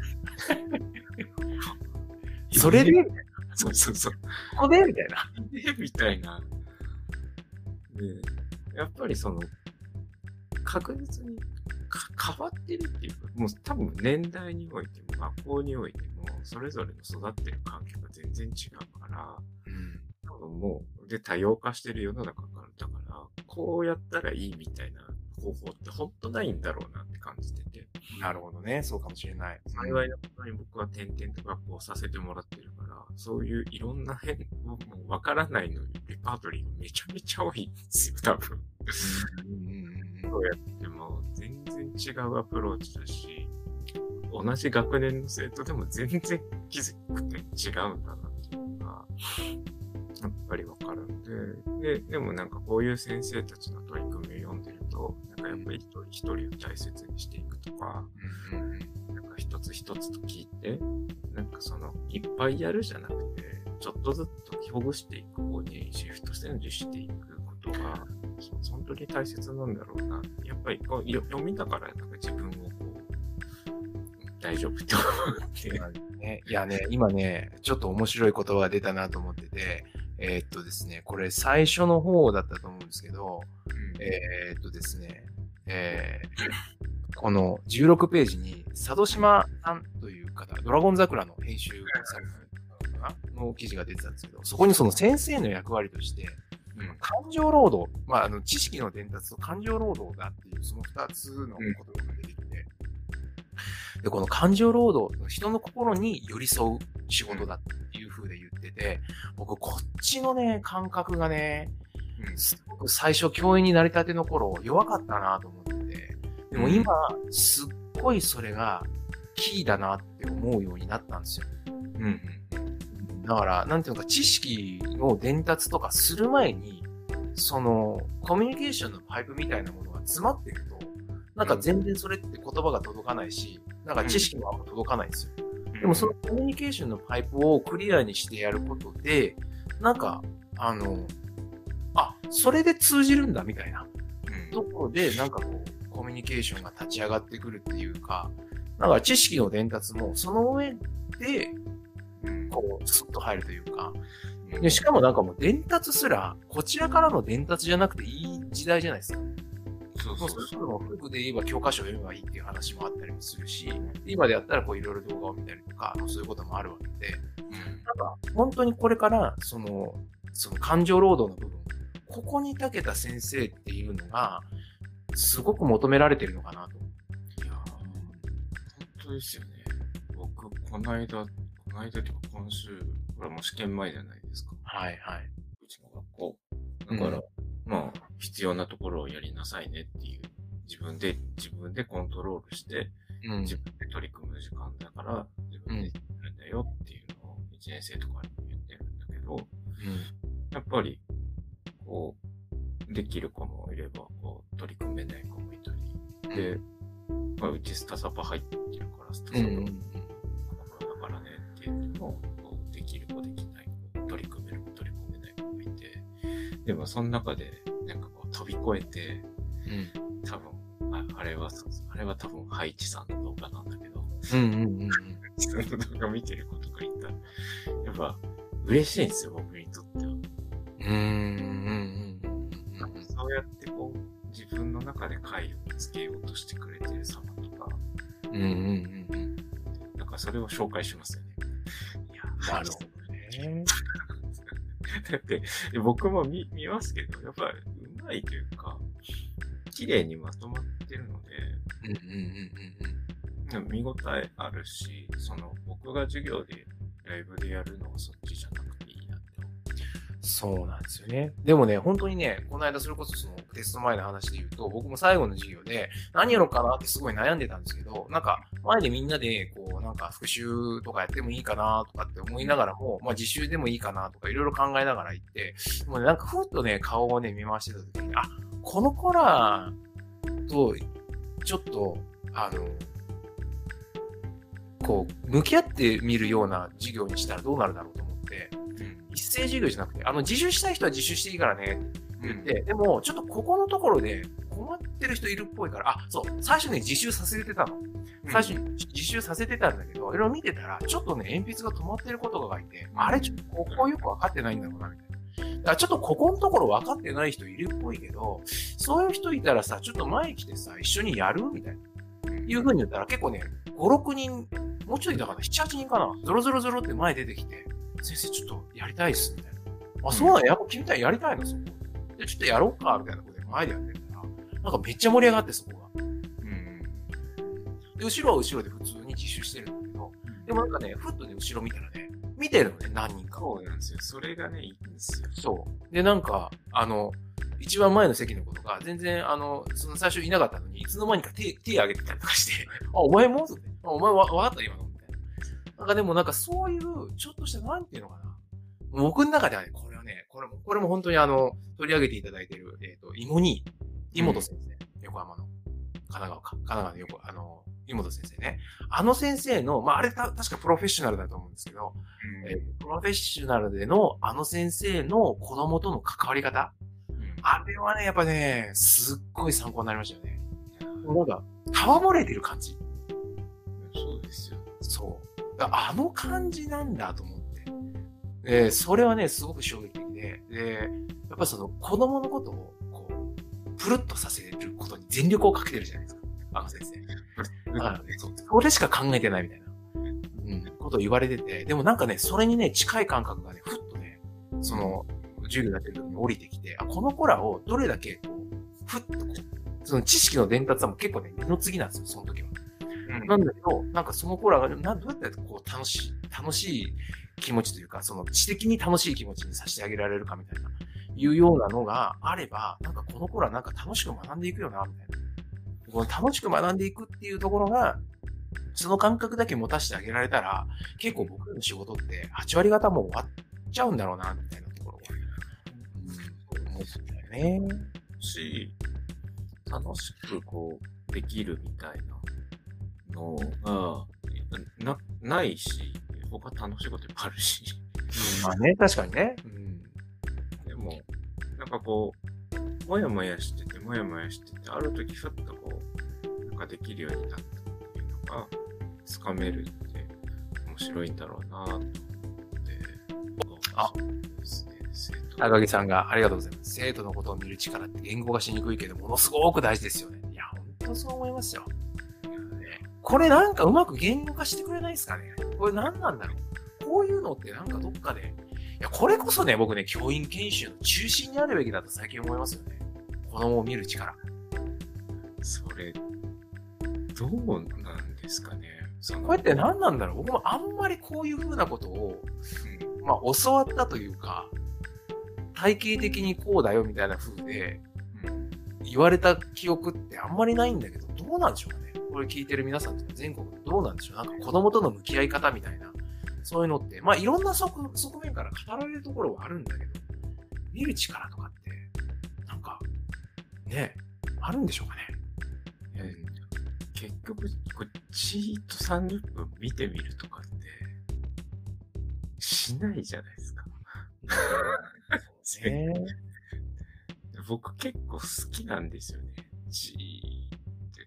それでそうそうそう。 ここでみたいな。 みたいな。で、やっぱりその、確実に変わってるっていうか、もう多分年代においても学校においても、それぞれの育ってる環境が全然違うから、うん、多分もう、で、多様化してる世の中から、だから、こうやったらいいみたいな方法って本当ないんだろうなって感じてて。 なるほどね。そうかもしれない。 幸いなことに僕は転々と学校をさせてもらってるから、そういういろんな変、もうわからないのにレパートリーがめちゃめちゃ多いんですよ、多分。そうやっても全然違うアプローチだし、同じ学年の生徒でも全然気づくて違うんだなっていうのが、やっぱりわかるんで、で、でもなんかこういう先生たちの取り組みを読んでると、なんかやっぱり一人一人を大切にしていくとか、うんうん、なんか一つ一つと聞いて、なんかその、いっぱいやるじゃなくて、ちょっとずつほぐしていく方にシフトしてしていくことが、本当に大切なんだろうな。やっぱりこう読みながらなんか自分をこう、大丈夫って思って。 ね、いやね、今ね、ちょっと面白い言葉が出たなと思ってて、えー、っとですね、これ最初の方だったと思うんですけど、うん、えー、っとですね、えー、このじゅうろくページに、佐渡島さんという方、ドラゴン桜の編集されたの記事が出てたんですけど、そこにその先生の役割として、うん、感情労働、まあ、あの知識の伝達と感情労働だっていう、その二つの言葉が出てきて、うん、で、この感情労働、人の心に寄り添う仕事だっていう風で言ってて、僕、こっちのね、感覚がね、うん、すごく最初、教員になりたての頃、弱かったなと思ってて、でも今、すっごいそれがキーだなって思うようになったんですよ。うんうんだから、なんていうのか、知識の伝達とかする前に、その、コミュニケーションのパイプみたいなものが詰まってると、なんか全然それって言葉が届かないし、なんか知識もあんま届かないんですよ。でもそのコミュニケーションのパイプをクリアにしてやることで、なんか、あの、あ、それで通じるんだみたいなところで、なんかこう、コミュニケーションが立ち上がってくるっていうか、なんか知識の伝達もその上で、こう、スッと入るというか。で、しかもなんかもう伝達すら、こちらからの伝達じゃなくていい時代じゃないですか。そうそうそう。そういうので言えば教科書を読めばいいっていう話もあったりもするし、今でやったらこういろいろ動画を見たりとか、そういうこともあるわけで、うん、なんか本当にこれから、その、その感情労働の部分、ここに長けた先生っていうのが、すごく求められてるのかなと。 いやー、本当ですよね。僕、この間、この間というか今週、これもう試験前じゃないですか。 はいはい。 うちの学校。だから、うん、まあ、必要なところをやりなさいねっていう、自分で、自分でコントロールして、うん、自分で取り組む時間だから、自分でやるんだよっていうのをいちねん生とかに言ってるんだけど、うん、やっぱり、こう、できる子もいれば、こう、取り組めない子もいたり、で、まあ、うちスタサパ入ってるから、スタサパ、うんだからねっていうのをできる子できない子、取り組める子取り組めない子がいて、でもその中でなんかこう飛び越えて、うん、多分あ、あれはあれは多分ハイチさんの動画なんだけど、うんうんうんうん、その動画見てる子とか言ったらやっぱ嬉しいんですよ僕にとっては。うんうんうんうん、そうやってこう自分の中で解を見つけようとしてくれてる様とか。うんうんうんうんなんかそれを紹介しますよね。いや、 なるほどね。 だって、僕も 見, 見ますけど、やっぱりうまいというか、綺麗にまとまってるので、うんうんうんうん、見応えあるし、その僕が授業でライブでやるのはそっちじゃなくていいなって思う。 そうなんですよね。でもね、本当にね、この間それこそそのテスト前の話で言うと、僕も最後の授業で何やろうかなってすごい悩んでたんですけど、なんか前でみんなでこうなんか復習とかやってもいいかなとかって思いながらも、まあ自習でもいいかなとかいろいろ考えながら行って、もうね、なんかふっとね、顔をね、見回してた時に、あ、この子らとちょっと、あの、こう、向き合ってみるような授業にしたらどうなるだろうと思って、一斉授業じゃなくて、あの、自習したい人は自習していいからね、って言って、うん、でも、ちょっとここのところで困ってる人いるっぽいから、あ、そう、最初ね、自習させてたの。最初に自習させてたんだけど、いろいろ見てたら、ちょっとね、鉛筆が止まってることがいて、あれ、ちょっとここよくわかってないんだろうな、みたいな。だからちょっとここのところ分かってない人いるっぽいけど、そういう人いたらさ、ちょっと前来てさ、一緒にやるみたいな。いう風に言ったら結構ね、ご、ろくにん、もうちょいだからな、なな、はちにんかな、ゾロゾロゾロって前出てきて、先生ちょっとやりたいっす、みたいな。あ、そうなんや、やっぱ君たちやりたいの、そこ。で、ちょっとやろうか、みたいなことで前でやってるから、なんかめっちゃ盛り上がって、そこが。うん。で、後ろは後ろで普通に自習してるんだけど、でもなんかね、ふっとね、後ろ見たらね、見てるのね、何人か。 そうなんですよ。それがね、いいんですよ。 そう。で、なんか、あの、一番前の席のことが、全然、あの、その最初いなかったのに、いつの間にか手、手挙げてたりとかして、あ、お前もあ、お前わ、わかった今のみたいな。なんかでもなんかそういう、ちょっとした、なんていうのかな。僕の中ではね、これはね、これも、これも本当にあの、取り上げていただいている、えっ、ー、と、芋に、妹先生、うん、横浜の、神奈川か、神奈川の横、あの、妹先生ね。あの先生の、まあ、あれた、確かプロフェッショナルだと思うんですけど、うんえー、プロフェッショナルでの、あの先生の子供との関わり方、あれはね、やっぱね、すっごい参考になりましたよね。なんか、戯れてる感じ。 そうですよ。 そう。あの感じなんだと思って。で、それはね、すごく衝撃的で、で、やっぱその子供のことを、こう、プルッとさせることに全力をかけてるじゃないですか。あの先生。あそう。それしか考えてないみたいな、うん、ことを言われてて、でもなんかね、それにね、近い感覚がね、ふっとね、その、授業やってる時に降りてきて、あ、この子らをどれだけ、こう、ふっとこう、その知識の伝達はもう結構ね、二の次なんですよ、その時は。うん、なんだけど、なんかその子らが、などうやってこう、楽しい、楽しい気持ちというか、その知的に楽しい気持ちにさせてあげられるかみたいな、いうようなのがあれば、なんかこの子らなんか楽しく学んでいくよな、みたいな。この楽しく学んでいくっていうところが、その感覚だけ持たせてあげられたら、結構僕の仕事ってはち割方もう終わっちゃうんだろうな、みたいなところを。うん、思ったよね。 し、楽しくこう、できるみたいなのが、な、ないし、僕は楽しいこといっぱいあるし。 うん、まあね、確かにね。うん、 でも、なんかこう、もやもやしてて、もやもやしてて、ある時ふっとこう、なんかできるようになったっていうのが、つかめるって面白いんだろうなと思って。 あ、 ですね、生徒。 高木さんがありがとうございます。生徒のことを見る力って言語化しにくいけど、ものすごく大事ですよね。いや、ほんとそう思いますよ。これなんかうまく言語化してくれないですかね。これ何なんだろう。こういうのってなんかどっかで、いや、これこそね、僕ね、教員研修の中心にあるべきだと最近思いますよね。子供を見る力。 それ、どうなんですかね。 そこれって何なんだろう。僕もあんまりこういう風なことを、うん、まあ教わったというか、体系的にこうだよみたいな風で、うん、言われた記憶ってあんまりないんだけど、どうなんでしょうかね。これ聞いてる皆さんとか全国でどうなんでしょう。なんか子供との向き合い方みたいな、そういうのって、まあいろんな側面から語られるところはあるんだけど、見る力とかって、なんか、ね、あるんでしょうかね。 えー結局、こうじーっとさんじゅっぷん見てみるとかって、しないじゃないですか。 ね、 僕結構好きなんですよね。じーって。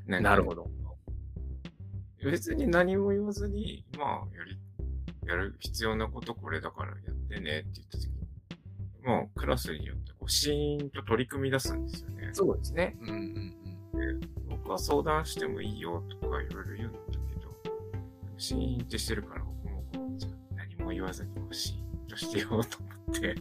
な, なるほど。 別に何も言わずに、まあ、やり、やる必要なことこれだからやってねって言った時に、まあ、クラスによってこうシーンと取り組み出すんですよね。 そうですね。うんうんうん。で僕は相談してもいいよとかいろいろ言うんだけど、シーンってしてるから僕もこうじゃ何も言わずにこうシーンとしてようと思って、で、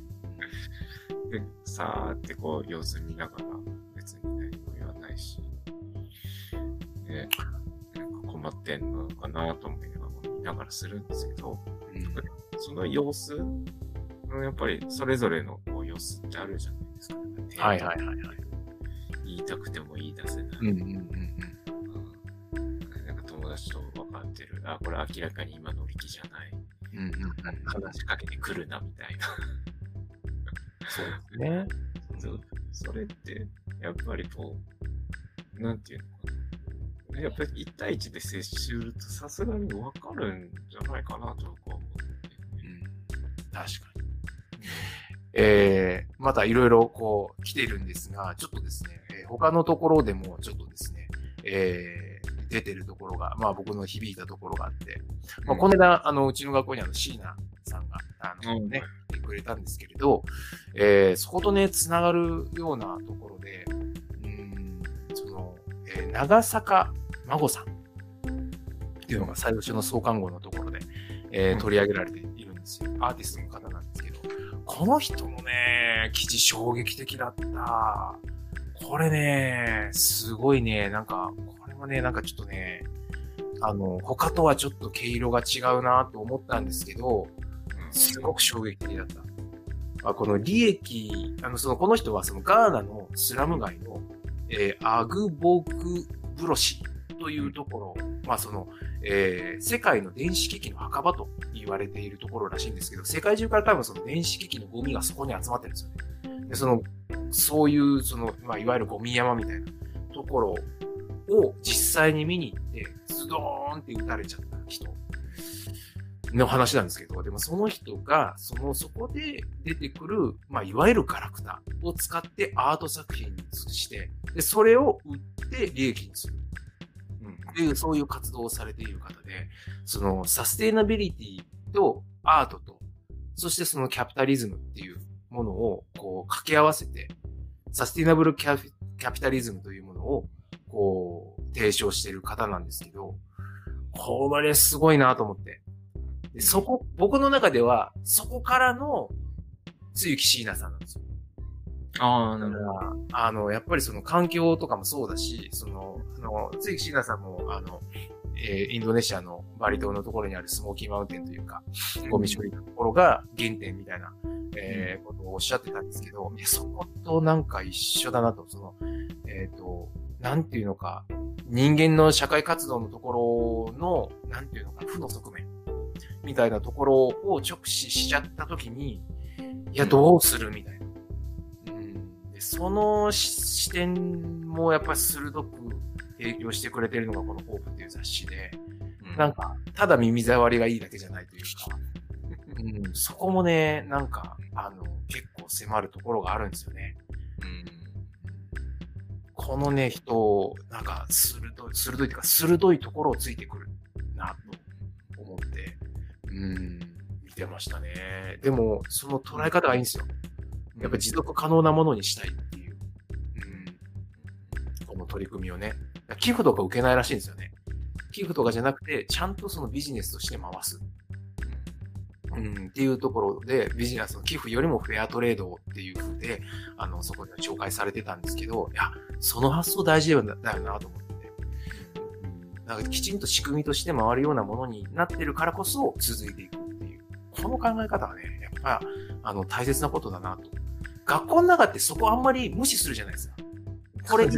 さーってこう様子見ながら別に何も言わないし、で、なんか困ってんのかなと思いながら見ながらするんですけど、うん、その様子やっぱりそれぞれのこう様子ってあるじゃないですか。 はいはいはいはい。 言いたくても言い出せない。 うんうんうんうん。 なんか友達と分かってる。あ、これ明らかに今乗り気じゃない。 うんうんうん、 話しかけてくるなみたいな。 そうですね。 そ, それって、やっぱりこう、なんていうのかな。やっぱり一対一で接するとさすがに分かるんじゃないかなと僕は思って、 うん。確かに。えー、またいろいろこう来てるんですが、ちょっとですね、えー、他のところでもちょっとですね、えー、出てるところが、まあ僕の響いたところがあって、まあこの間、あの、うちの学校にあの、椎名さんが、あのね、来てくれたんですけれど、えー、そことね、つながるようなところで、うーん、その、えー、長坂真帆さんっていうのが最初の創刊号のところで、えー、取り上げられているんですよ。アーティストの方なんですけど、この人のね、記事衝撃的だった。これね、すごいね、なんか、これもね、なんかちょっとね、あの、他とはちょっと毛色が違うなと思ったんですけど、すごく衝撃的だった。あこの利益、あの、その、この人はそのガーナのスラム街の、えー、アグボクブロシというところ、まあその、えー、世界の電子機器の墓場と言われているところらしいんですけど、世界中から多分その電子機器のゴミがそこに集まってるんですよね。で、その、そういう、その、まあいわゆるゴミ山みたいなところを実際に見に行って、ズドーンって撃たれちゃった人の話なんですけど、でもその人が、その、そこで出てくる、まあいわゆるガラクタを使ってアート作品にして、で、それを売って利益にする。っていう、そういう活動をされている方で、そのサステイナビリティとアートと、そしてそのキャピタリズムっていうものをこう掛け合わせて、サステイナブルキャピ、キャピタリズムというものをこう提唱している方なんですけど、これすごいなと思って。でそこ、僕の中では、そこからの、つゆき椎名さんなんですよ。 ああ、なるほど。 あの、やっぱりその環境とかもそうだし、その、あの、つゆき椎名さんも、あの、えー、インドネシアのバリ島のところにあるスモーキーマウンテンというか、ゴミ処理のところが原点みたいな、えー、ことをおっしゃってたんですけど、いや、そことなんか一緒だなと、その、えっと、なんていうのか、人間の社会活動のところの、なんていうのか、負の側面みたいなところを直視しちゃったときに、いや、どうするみたいな。その視点もやっぱり鋭く提供してくれてるのがこのホープっていう雑誌で、うん、なんか、ただ耳障りがいいだけじゃないというか、うん、そこもね、なんか、あの、結構迫るところがあるんですよね。うん、このね、人、なんか、鋭い、鋭いというか、鋭いところをついてくるなと思って、うん、見てましたね。でも、その捉え方がいいんですよ。やっぱ持続可能なものにしたいっていう、うん、この取り組みをね。寄付とか受けないらしいんですよね。寄付とかじゃなくて、ちゃんとそのビジネスとして回す。うん、っていうところで、ビジネスの寄付よりもフェアトレードっていう風で、あの、そこで紹介されてたんですけど、いや、その発想大事だよなと思って。なんかきちんと仕組みとして回るようなものになってるからこそ続いていくっていう。この考え方はね、やっぱ、あの、大切なことだなと。学校の中ってそこあんまり無視するじゃないですか。これいいから、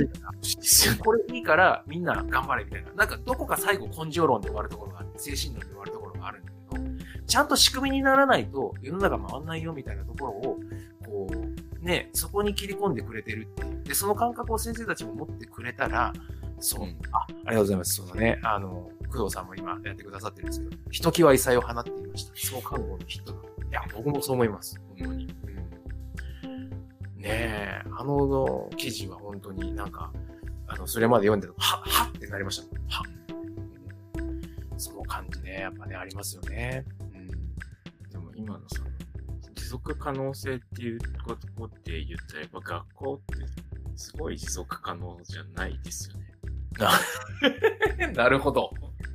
これいいからみんな頑張れみたいな。なんかどこか最後根性論で終わるところがあって、精神論で終わるところがあるんだけど、ちゃんと仕組みにならないと世の中回んないよみたいなところを、こう、ね、そこに切り込んでくれてるっていう。で、その感覚を先生たちも持ってくれたら、そう、うん、あ、ありがとうございます。そのね、あの、工藤さんも今やってくださってるんですけど、ひときわ異彩を放っていました。そう看護の人だ。いや、僕もそう思います。本当に。ねえ、あの記事は本当になんか、あの、それまで読んでると、は、はってなりました。は、うん。その感じね、やっぱね、ありますよね。うん。 でも今のその、持続可能性っていうことって言ったら、やっぱ学校ってすごい持続可能じゃないですよね。なるほど。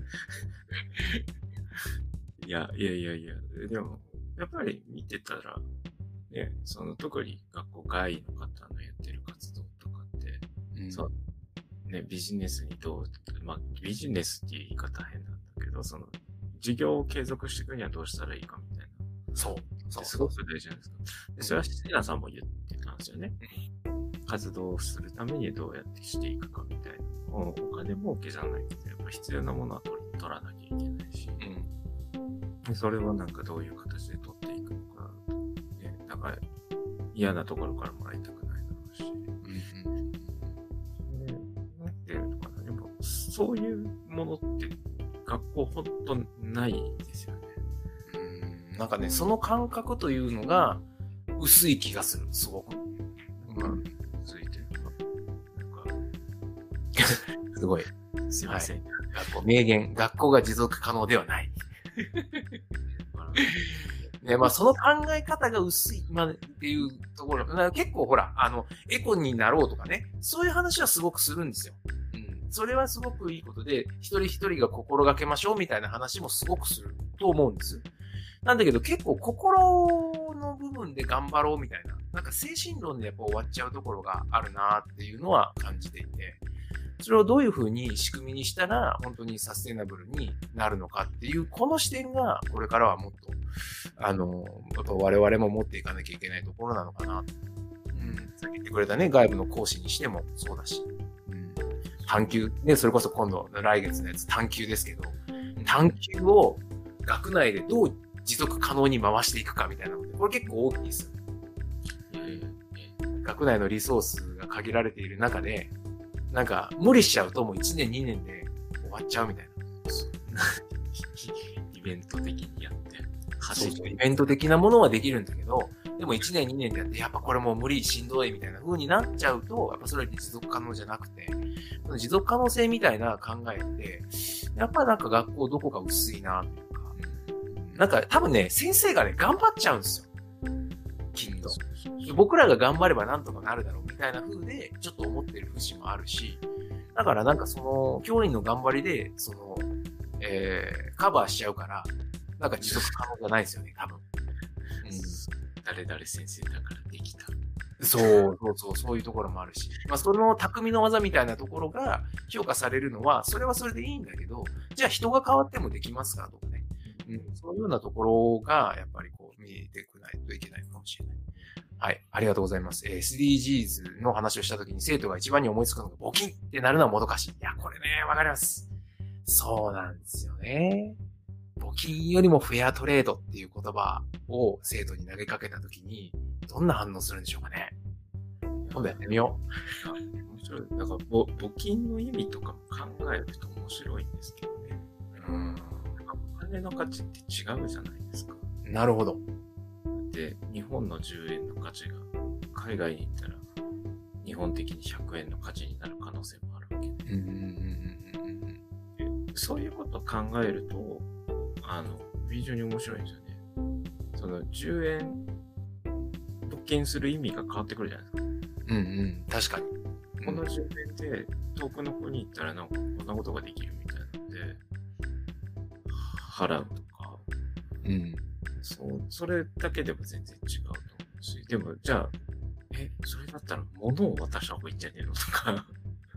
いや、いやいやいや、でも、やっぱり見てたら、ね、その特に学校外の方のやってる活動とかって、うん、そう、ね、ビジネスにどう、まあ、ビジネスっていう言い方変なんだけど、その、事業を継続していくにはどうしたらいいかみたいな。 そう。 ってすごく大事なんですか。でそれは椎名さんも言ってたんですよね。活動するためにどうやってしていくかみたいなのをお金儲けじゃないけど、やっぱ必要なものは取り取らなきゃいけないし、でそれをなんかどういう形で取っていくのか、ね、なんか嫌なところからもらいたくないだろうし、うんうんでなんていうのかな、やっぱそういうものって学校ほんとないですよね。 うんなんかね、その感覚というのが薄い気がする、すごく。 うん、ついてるのか、なんか、 すごい。 すいません。 はい、学校、名言、学校が持続可能ではない。ね、まあその考え方が薄い、まあ、っていうところ、結構ほら、あの、エコになろうとかね、そういう話はすごくするんですよ。うん。それはすごくいいことで、一人一人が心がけましょうみたいな話もすごくすると思うんです。なんだけど結構心の部分で頑張ろうみたいな、なんか精神論でやっぱ終わっちゃうところがあるなっていうのは感じていて、それをどういうふうに仕組みにしたら本当にサステナブルになるのかっていうこの視点がこれからはもっとあのやっぱ我々も持っていかなきゃいけないところなのかな。うん、さっき言ってくれたね、外部の講師にしてもそうだし、うん、探究ね、それこそ今度来月のやつ探究ですけど、探究を学内でどう持続可能に回していくかみたいなので、これ結構大きいですよね。学内のリソースが限られている中で、なんか無理しちゃうともういちねんにねんで終わっちゃうみたいな。 イベント的にやって走るイベント的なものはできるんだけど、でもいちねんにねんでやってやっぱこれもう無理しんどいみたいな風になっちゃうと、やっぱそれは持続可能じゃなくて、持続可能性みたいな考えってやっぱなんか学校どこか薄いなというか、なんか多分ね先生がね頑張っちゃうんですよ。きっと。僕らが頑張ればなんとかなるだろうみたいな風でちょっと思ってる節もあるし、だからなんかその教員の頑張りでその、えー、カバーしちゃうからなんか持続可能じゃないですよね多分、うん、 誰々先生だからできた、 そうそうそうそういうところもあるし、まあその匠の技みたいなところが評価されるのはそれはそれでいいんだけど、じゃあ人が変わってもできますかとかね、うん、そういうようなところがやっぱりこう見えてこないといけないかもしれない。はい、ありがとうございます。エスディージーズ の話をしたときに生徒が一番に思いつくのが募金ってなるのはもどかしい。いや、これね、わかります。そうなんですよね。募金よりもフェアトレードっていう言葉を生徒に投げかけたときに、どんな反応するんでしょうかね。今度やってみよう。面白い。なんか募金の意味とかも考えると面白いんですけどね。うん。お金の価値って違うじゃないですか。 なるほど。 で、日本のじゅうえんの価値が海外に行ったら日本的にひゃくえんの価値になる可能性もあるわけで、うんうんうんうん、でそういうことを考えるとあの非常に面白いんですよね。そのじゅうえん募金する意味が変わってくるじゃないですか。 うんうん、確かに。 このじゅうえんで遠くの子に行ったらなんかこんなことができるみたいなので払うとか、うん。そう、それだけでも全然違うと思うし、でも、じゃあ、え、それだったら物を渡した方がいいんじゃねえのとか、うん、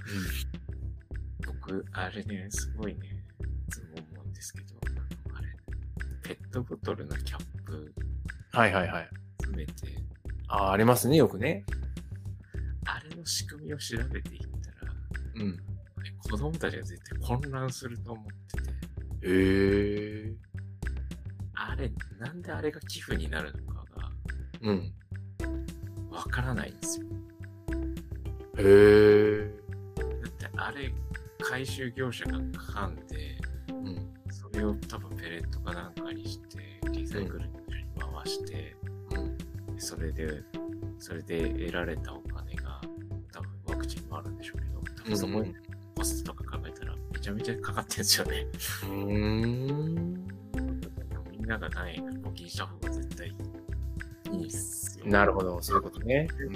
僕、あれね、すごいね、いつも思うんですけど、あれ、ペットボトルのキャップ、 はいはいはい。 詰めて、 ああ、ありますね、よくね。 あれの仕組みを調べていったら、 うん。 子供たちが絶対混乱すると思ってて。 へー。 あれ、なんであれが寄付になるのかが、 うん。 わからないんですよ。 へー。 だってあれ、回収業者が噛んで、うん、それを多分ペレットかなんかにして、リサイクルに回して、うん、それで、それで得られたお金が、多分ワクチンもあるんでしょうけど、多分そこにコストとか考えたらめちゃめちゃかかってるんですよね。 うーん。 みんなが何円か募金した方が絶対いいっすよ。 なるほど、そういうことね。 うん、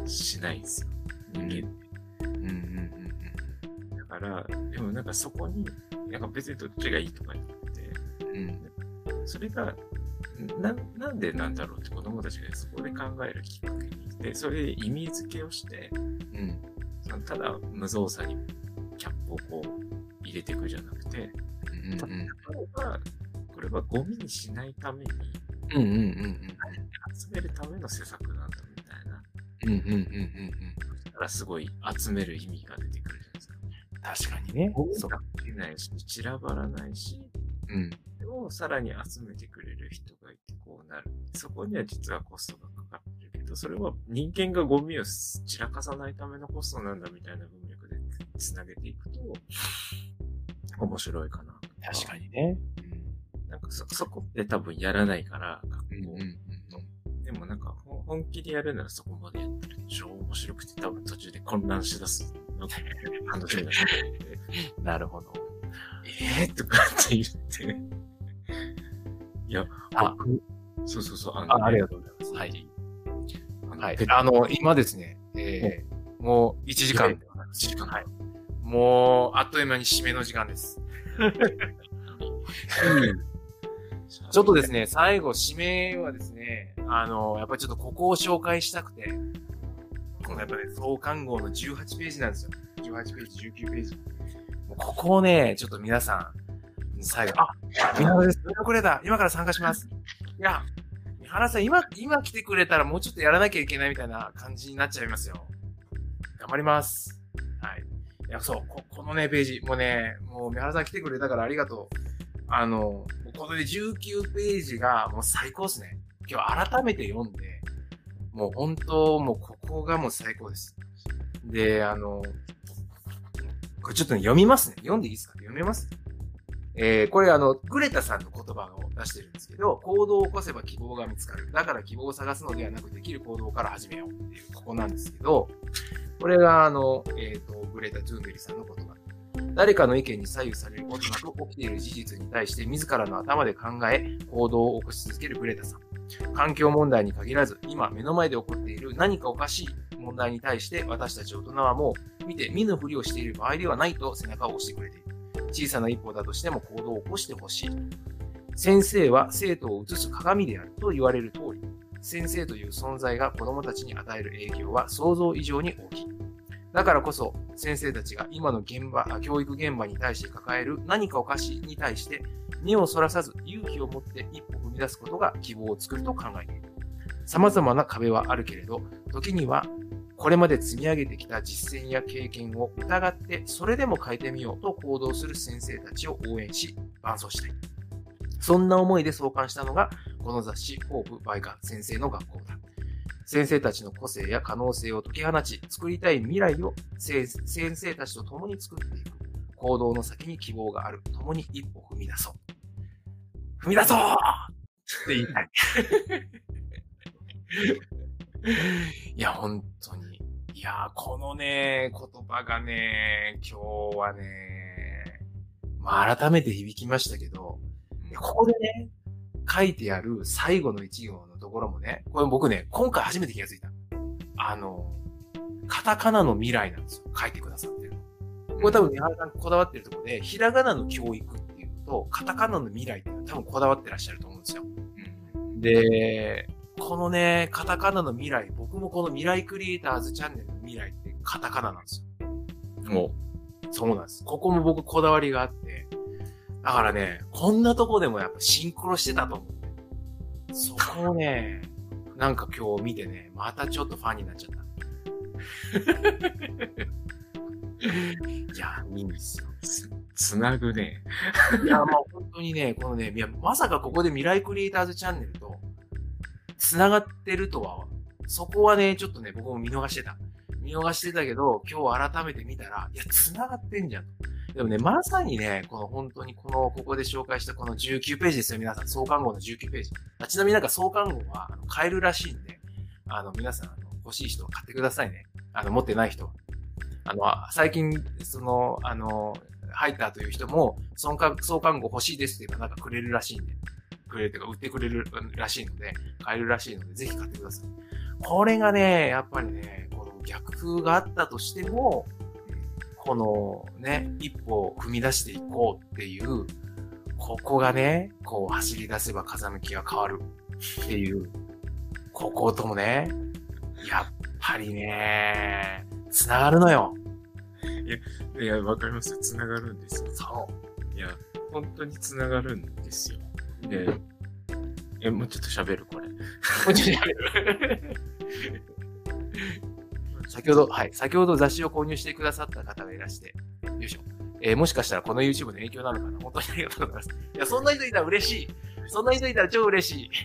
しないんですよ、人間って。うんうんうんうん。だから、でもなんかそこに、なんか別にどっちがいいとか言って、うん、それがな、なんでなんだろうって子供たちがそこで考えるきっかけにして、それで意味付けをして、うん、そのただ無造作にキャップをこう入れていくじゃなくて、うんうん、例えばこれはゴミにしないためにうんうんうんうん。 集めるための施策なんだみたいな。 うんうんうんうんうん。 だからすごい集める意味が出てくるじゃないですか。 確かにね。 そう。出ないし、散らばらないし、 うん。 でもさらに集めてくれる人がいてこうなる。そこには実はコストがかかってるけど、それは人間がゴミを散らかさないためのコストなんだみたいな文脈でつなげていくと、面白いかな。 確かにね。 うん、なんかそ、そこって多分やらないから、学校、 うんうんうん、 でもなんか、本気でやるならそこまでやってる。超面白くて多分途中で混乱しだす。なんか楽しみだな。 なるほど。 えーとかって言って。いや、 あ、 そうそうそう。 あ, あ, ありがとうございます。はい。あの、はい、あの今ですね、えー、もういちじかんでございます。いちじかん。はい。もう、あっという間に締めの時間です。ちょっとですね、最後、締めはですね、あの、やっぱりちょっとここを紹介したくて、このやっぱね、創刊号のじゅうはちページなんですよ。じゅうはちページ、じゅうきゅうページ。もうここをね、ちょっと皆さん、最後、あ、三原です。くれた。今から参加します。いや、三原さん、今、今来てくれたらもうちょっとやらなきゃいけないみたいな感じになっちゃいますよ。頑張ります。はい。いや、そう、こ、このね、ページ、もうね、もう三原さん来てくれたからありがとう。あの、このね、じゅうきゅうページがもう最高ですね。今日改めて読んで、もう本当、もうここがもう最高です。で、あの、これちょっと、ね、読みますね。読んでいいですか？読めます？えー、これあの、グレタさんの言葉を出してるんですけど、行動を起こせば希望が見つかる。だから希望を探すのではなく、できる行動から始めようっていう、ここなんですけど、これがあの、えっと、グレタ・トゥーンベリさんの言葉。誰かの意見に左右されることなく起きている事実に対して自らの頭で考え、行動を起こし続けるグレタさん。環境問題に限らず、今目の前で起こっている何かおかしい問題に対して私たち大人はもう見て見ぬふりをしている場合ではないと背中を押してくれている。小さな一歩だとしても行動を起こしてほしい。先生は生徒を映す鏡であると言われる通り、先生という存在が子供たちに与える影響は想像以上に大きい。だからこそ先生たちが今の現場、教育現場に対して抱える何かおかしいに対して目をそらさず勇気を持って一歩踏み出すことが希望を作ると考えている。様々な壁はあるけれど、時にはこれまで積み上げてきた実践や経験を疑ってそれでも変えてみようと行動する先生たちを応援し伴走したい。そんな思いで創刊したのがこの雑誌ホープバイカ先生の学校だ。先生たちの個性や可能性を解き放ち、作りたい未来を先生たちと共に作っていく。行動の先に希望がある。共に一歩踏み出そう。踏み出そうって言いたい。いや、本当に。いや、このね、言葉がね、今日はね、まあ改めて響きましたけど、ここでね、書いてある最後の一行のところもね、これ僕ね、今回初めて気がついた。あの、カタカナの未来なんですよ。書いてくださってるの。これ多分、三原さんこだわってるところで、ひらがなの教育っていうと、カタカナの未来っていうのは多分こだわってらっしゃると思うんですよ。で、このね、カタカナの未来、僕もこの未来クリエイターズチャンネルの未来ってカタカナなんですよ。もう、そうなんです。ここも僕こだわりがあって、だからね、こんなとこでもやっぱシンクロしてたと思う。そこをね、なんか今日見てね、またちょっとファンになっちゃった。いや、いいんですよ。 つ、つなぐね。 いや、まあ本当にね、このね、いや、まさかここで未来クリエイターズチャンネルと繋がってるとは、そこはね、ちょっとね、僕も見逃してた。見逃してたけど、今日改めて見たら、いや、繋がってんじゃん。でもね、まさにね、この本当にこの、ここで紹介したこのじゅうきゅうページですよ、皆さん。創刊号のじゅうきゅうページ。あちなみになんか創刊号はあの買えるらしいんで、あの、皆さん、あの欲しい人は買ってくださいね。あの、持ってない人は。あの、最近、その、あの、入ったという人も、創刊創刊号欲しいですっていうのはなんかくれるらしいんで、くれるというか売ってくれるらしいので、買えるらしいので、ぜひ買ってください。これがね、やっぱりね、この逆風があったとしても、このね、一歩を踏み出していこうっていう、ここがね、こう走り出せば風向きが変わるっていう、ここともね、やっぱりね、つながるのよ。 いや、いや、わかりますよ。つながるんですよ。 そう。いや、本当につながるんですよ。で、 え、もうちょっと喋るこれ。 もうちょっと喋る。先ほど、はい。先ほど雑誌を購入してくださった方がいらして、よいしょ。えー、もしかしたらこの YouTube の影響なのかな。本当にありがとうございます。いや、そんな人いたら嬉しい。そんな人いたら超嬉しい。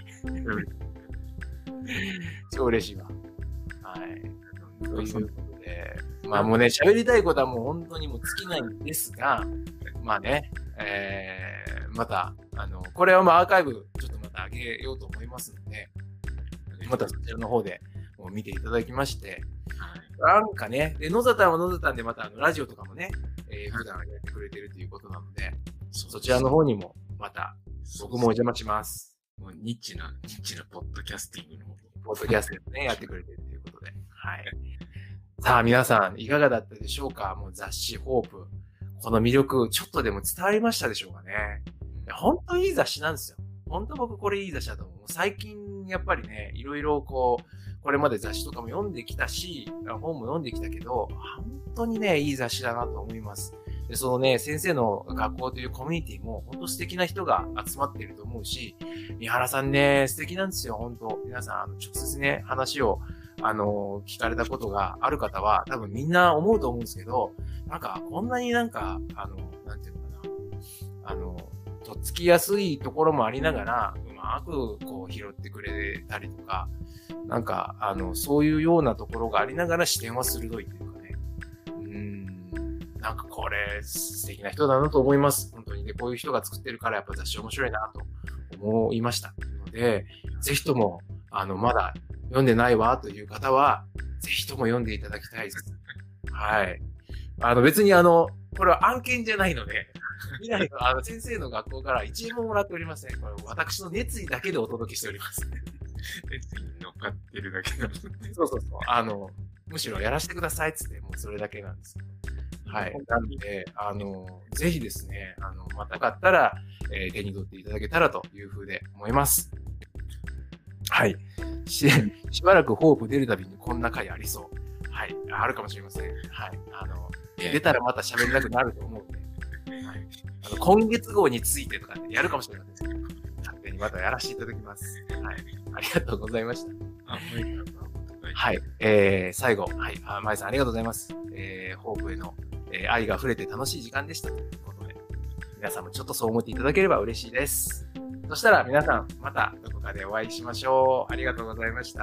超嬉しいわ。はい。ということで、まあもうね、喋りたいことはもう本当にもう尽きないんですが、まあね、えー、また、あの、これはまあアーカイブちょっとまた上げようと思いますので、またそちらの方でもう見ていただきまして、なんかね、で、野里は野里でまたあのラジオとかもね、えー、普段やってくれてるということなので、そちらの方にもまた僕もお邪魔します。 もうニッチな、ニッチなポッドキャスティングの方に。 ポッドキャストでね、やってくれてるということで。はい。さあ、皆さん、いかがだったでしょうか？もう雑誌、ホープ。この魅力、ちょっとでも伝わりましたでしょうかね？いや、本当にいい雑誌なんですよ。本当僕これいい雑誌だと思う。最近、やっぱりね、いろいろこう、これまで雑誌とかも読んできたし、本も読んできたけど、本当にね、いい雑誌だなと思います。で、そのね、先生の学校というコミュニティも本当素敵な人が集まっていると思うし、三原さんね、素敵なんですよ、本当。皆さん、あの直接ね、話を、あの、聞かれたことがある方は、多分みんな思うと思うんですけど、なんか、こんなになんか、あの、なんていうのかな、あの、とっつきやすいところもありながら、うまくこう拾ってくれたりとか、なんか、あの、そういうようなところがありながら視点は鋭いというかね。うーん、なんかこれ、素敵な人だなと思います。本当に。で、こういう人が作ってるからやっぱ雑誌面白いなと思いました。ので、ぜひとも、あの、まだ読んでないわという方は、ぜひとも読んでいただきたいです。はい。あの、別にあの、これは案件じゃないので、未来のあの先生の学校からいちえんももらっておりません。これ私の熱意だけでお届けしております。 熱意に乗っかってるだけなので。 そうそうそう。あの、むしろやらせてくださいっつって、もうそれだけなんです。はい。なので、あの、ぜひですね、あの、またよかったら、えー、手に取っていただけたらというふうで思います。はい。し、しばらくホープ出るたびにこんな回ありそう。はい。あるかもしれません。はい。あの、出たらまた喋りたくなると思うんで。はい。あの、今月号についてとかね、やるかもしれませんけど、勝手にまたやらせていただきます。はい。ありがとうございました。 あ、もういいかな。 はい。えー、最後、はい。あ、まいさんありがとうございます。えー、ホープへの、えー、愛が溢れて楽しい時間でしたということで、皆さんもちょっとそう思っていただければ嬉しいです。そしたら皆さん、またどこかでお会いしましょう。ありがとうございました。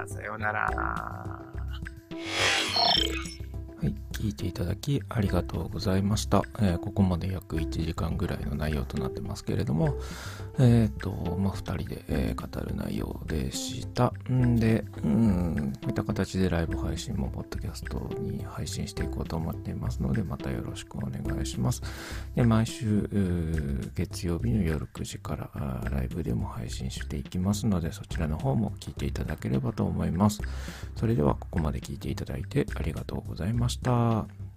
さようなら。 はい、聞いていただきありがとうございました。えー、ここまで約いちじかんぐらいの内容となってますけれども、えっと、まあ、ふたりで、えー、語る内容でした。んで、うん、こういった形でライブ配信もポッドキャストに配信していこうと思っていますので、またよろしくお願いします。で、毎週、月曜日の夜くじからライブでも配信していきますので、そちらの方も聞いていただければと思います。それでは、ここまで聞いていただいてありがとうございました。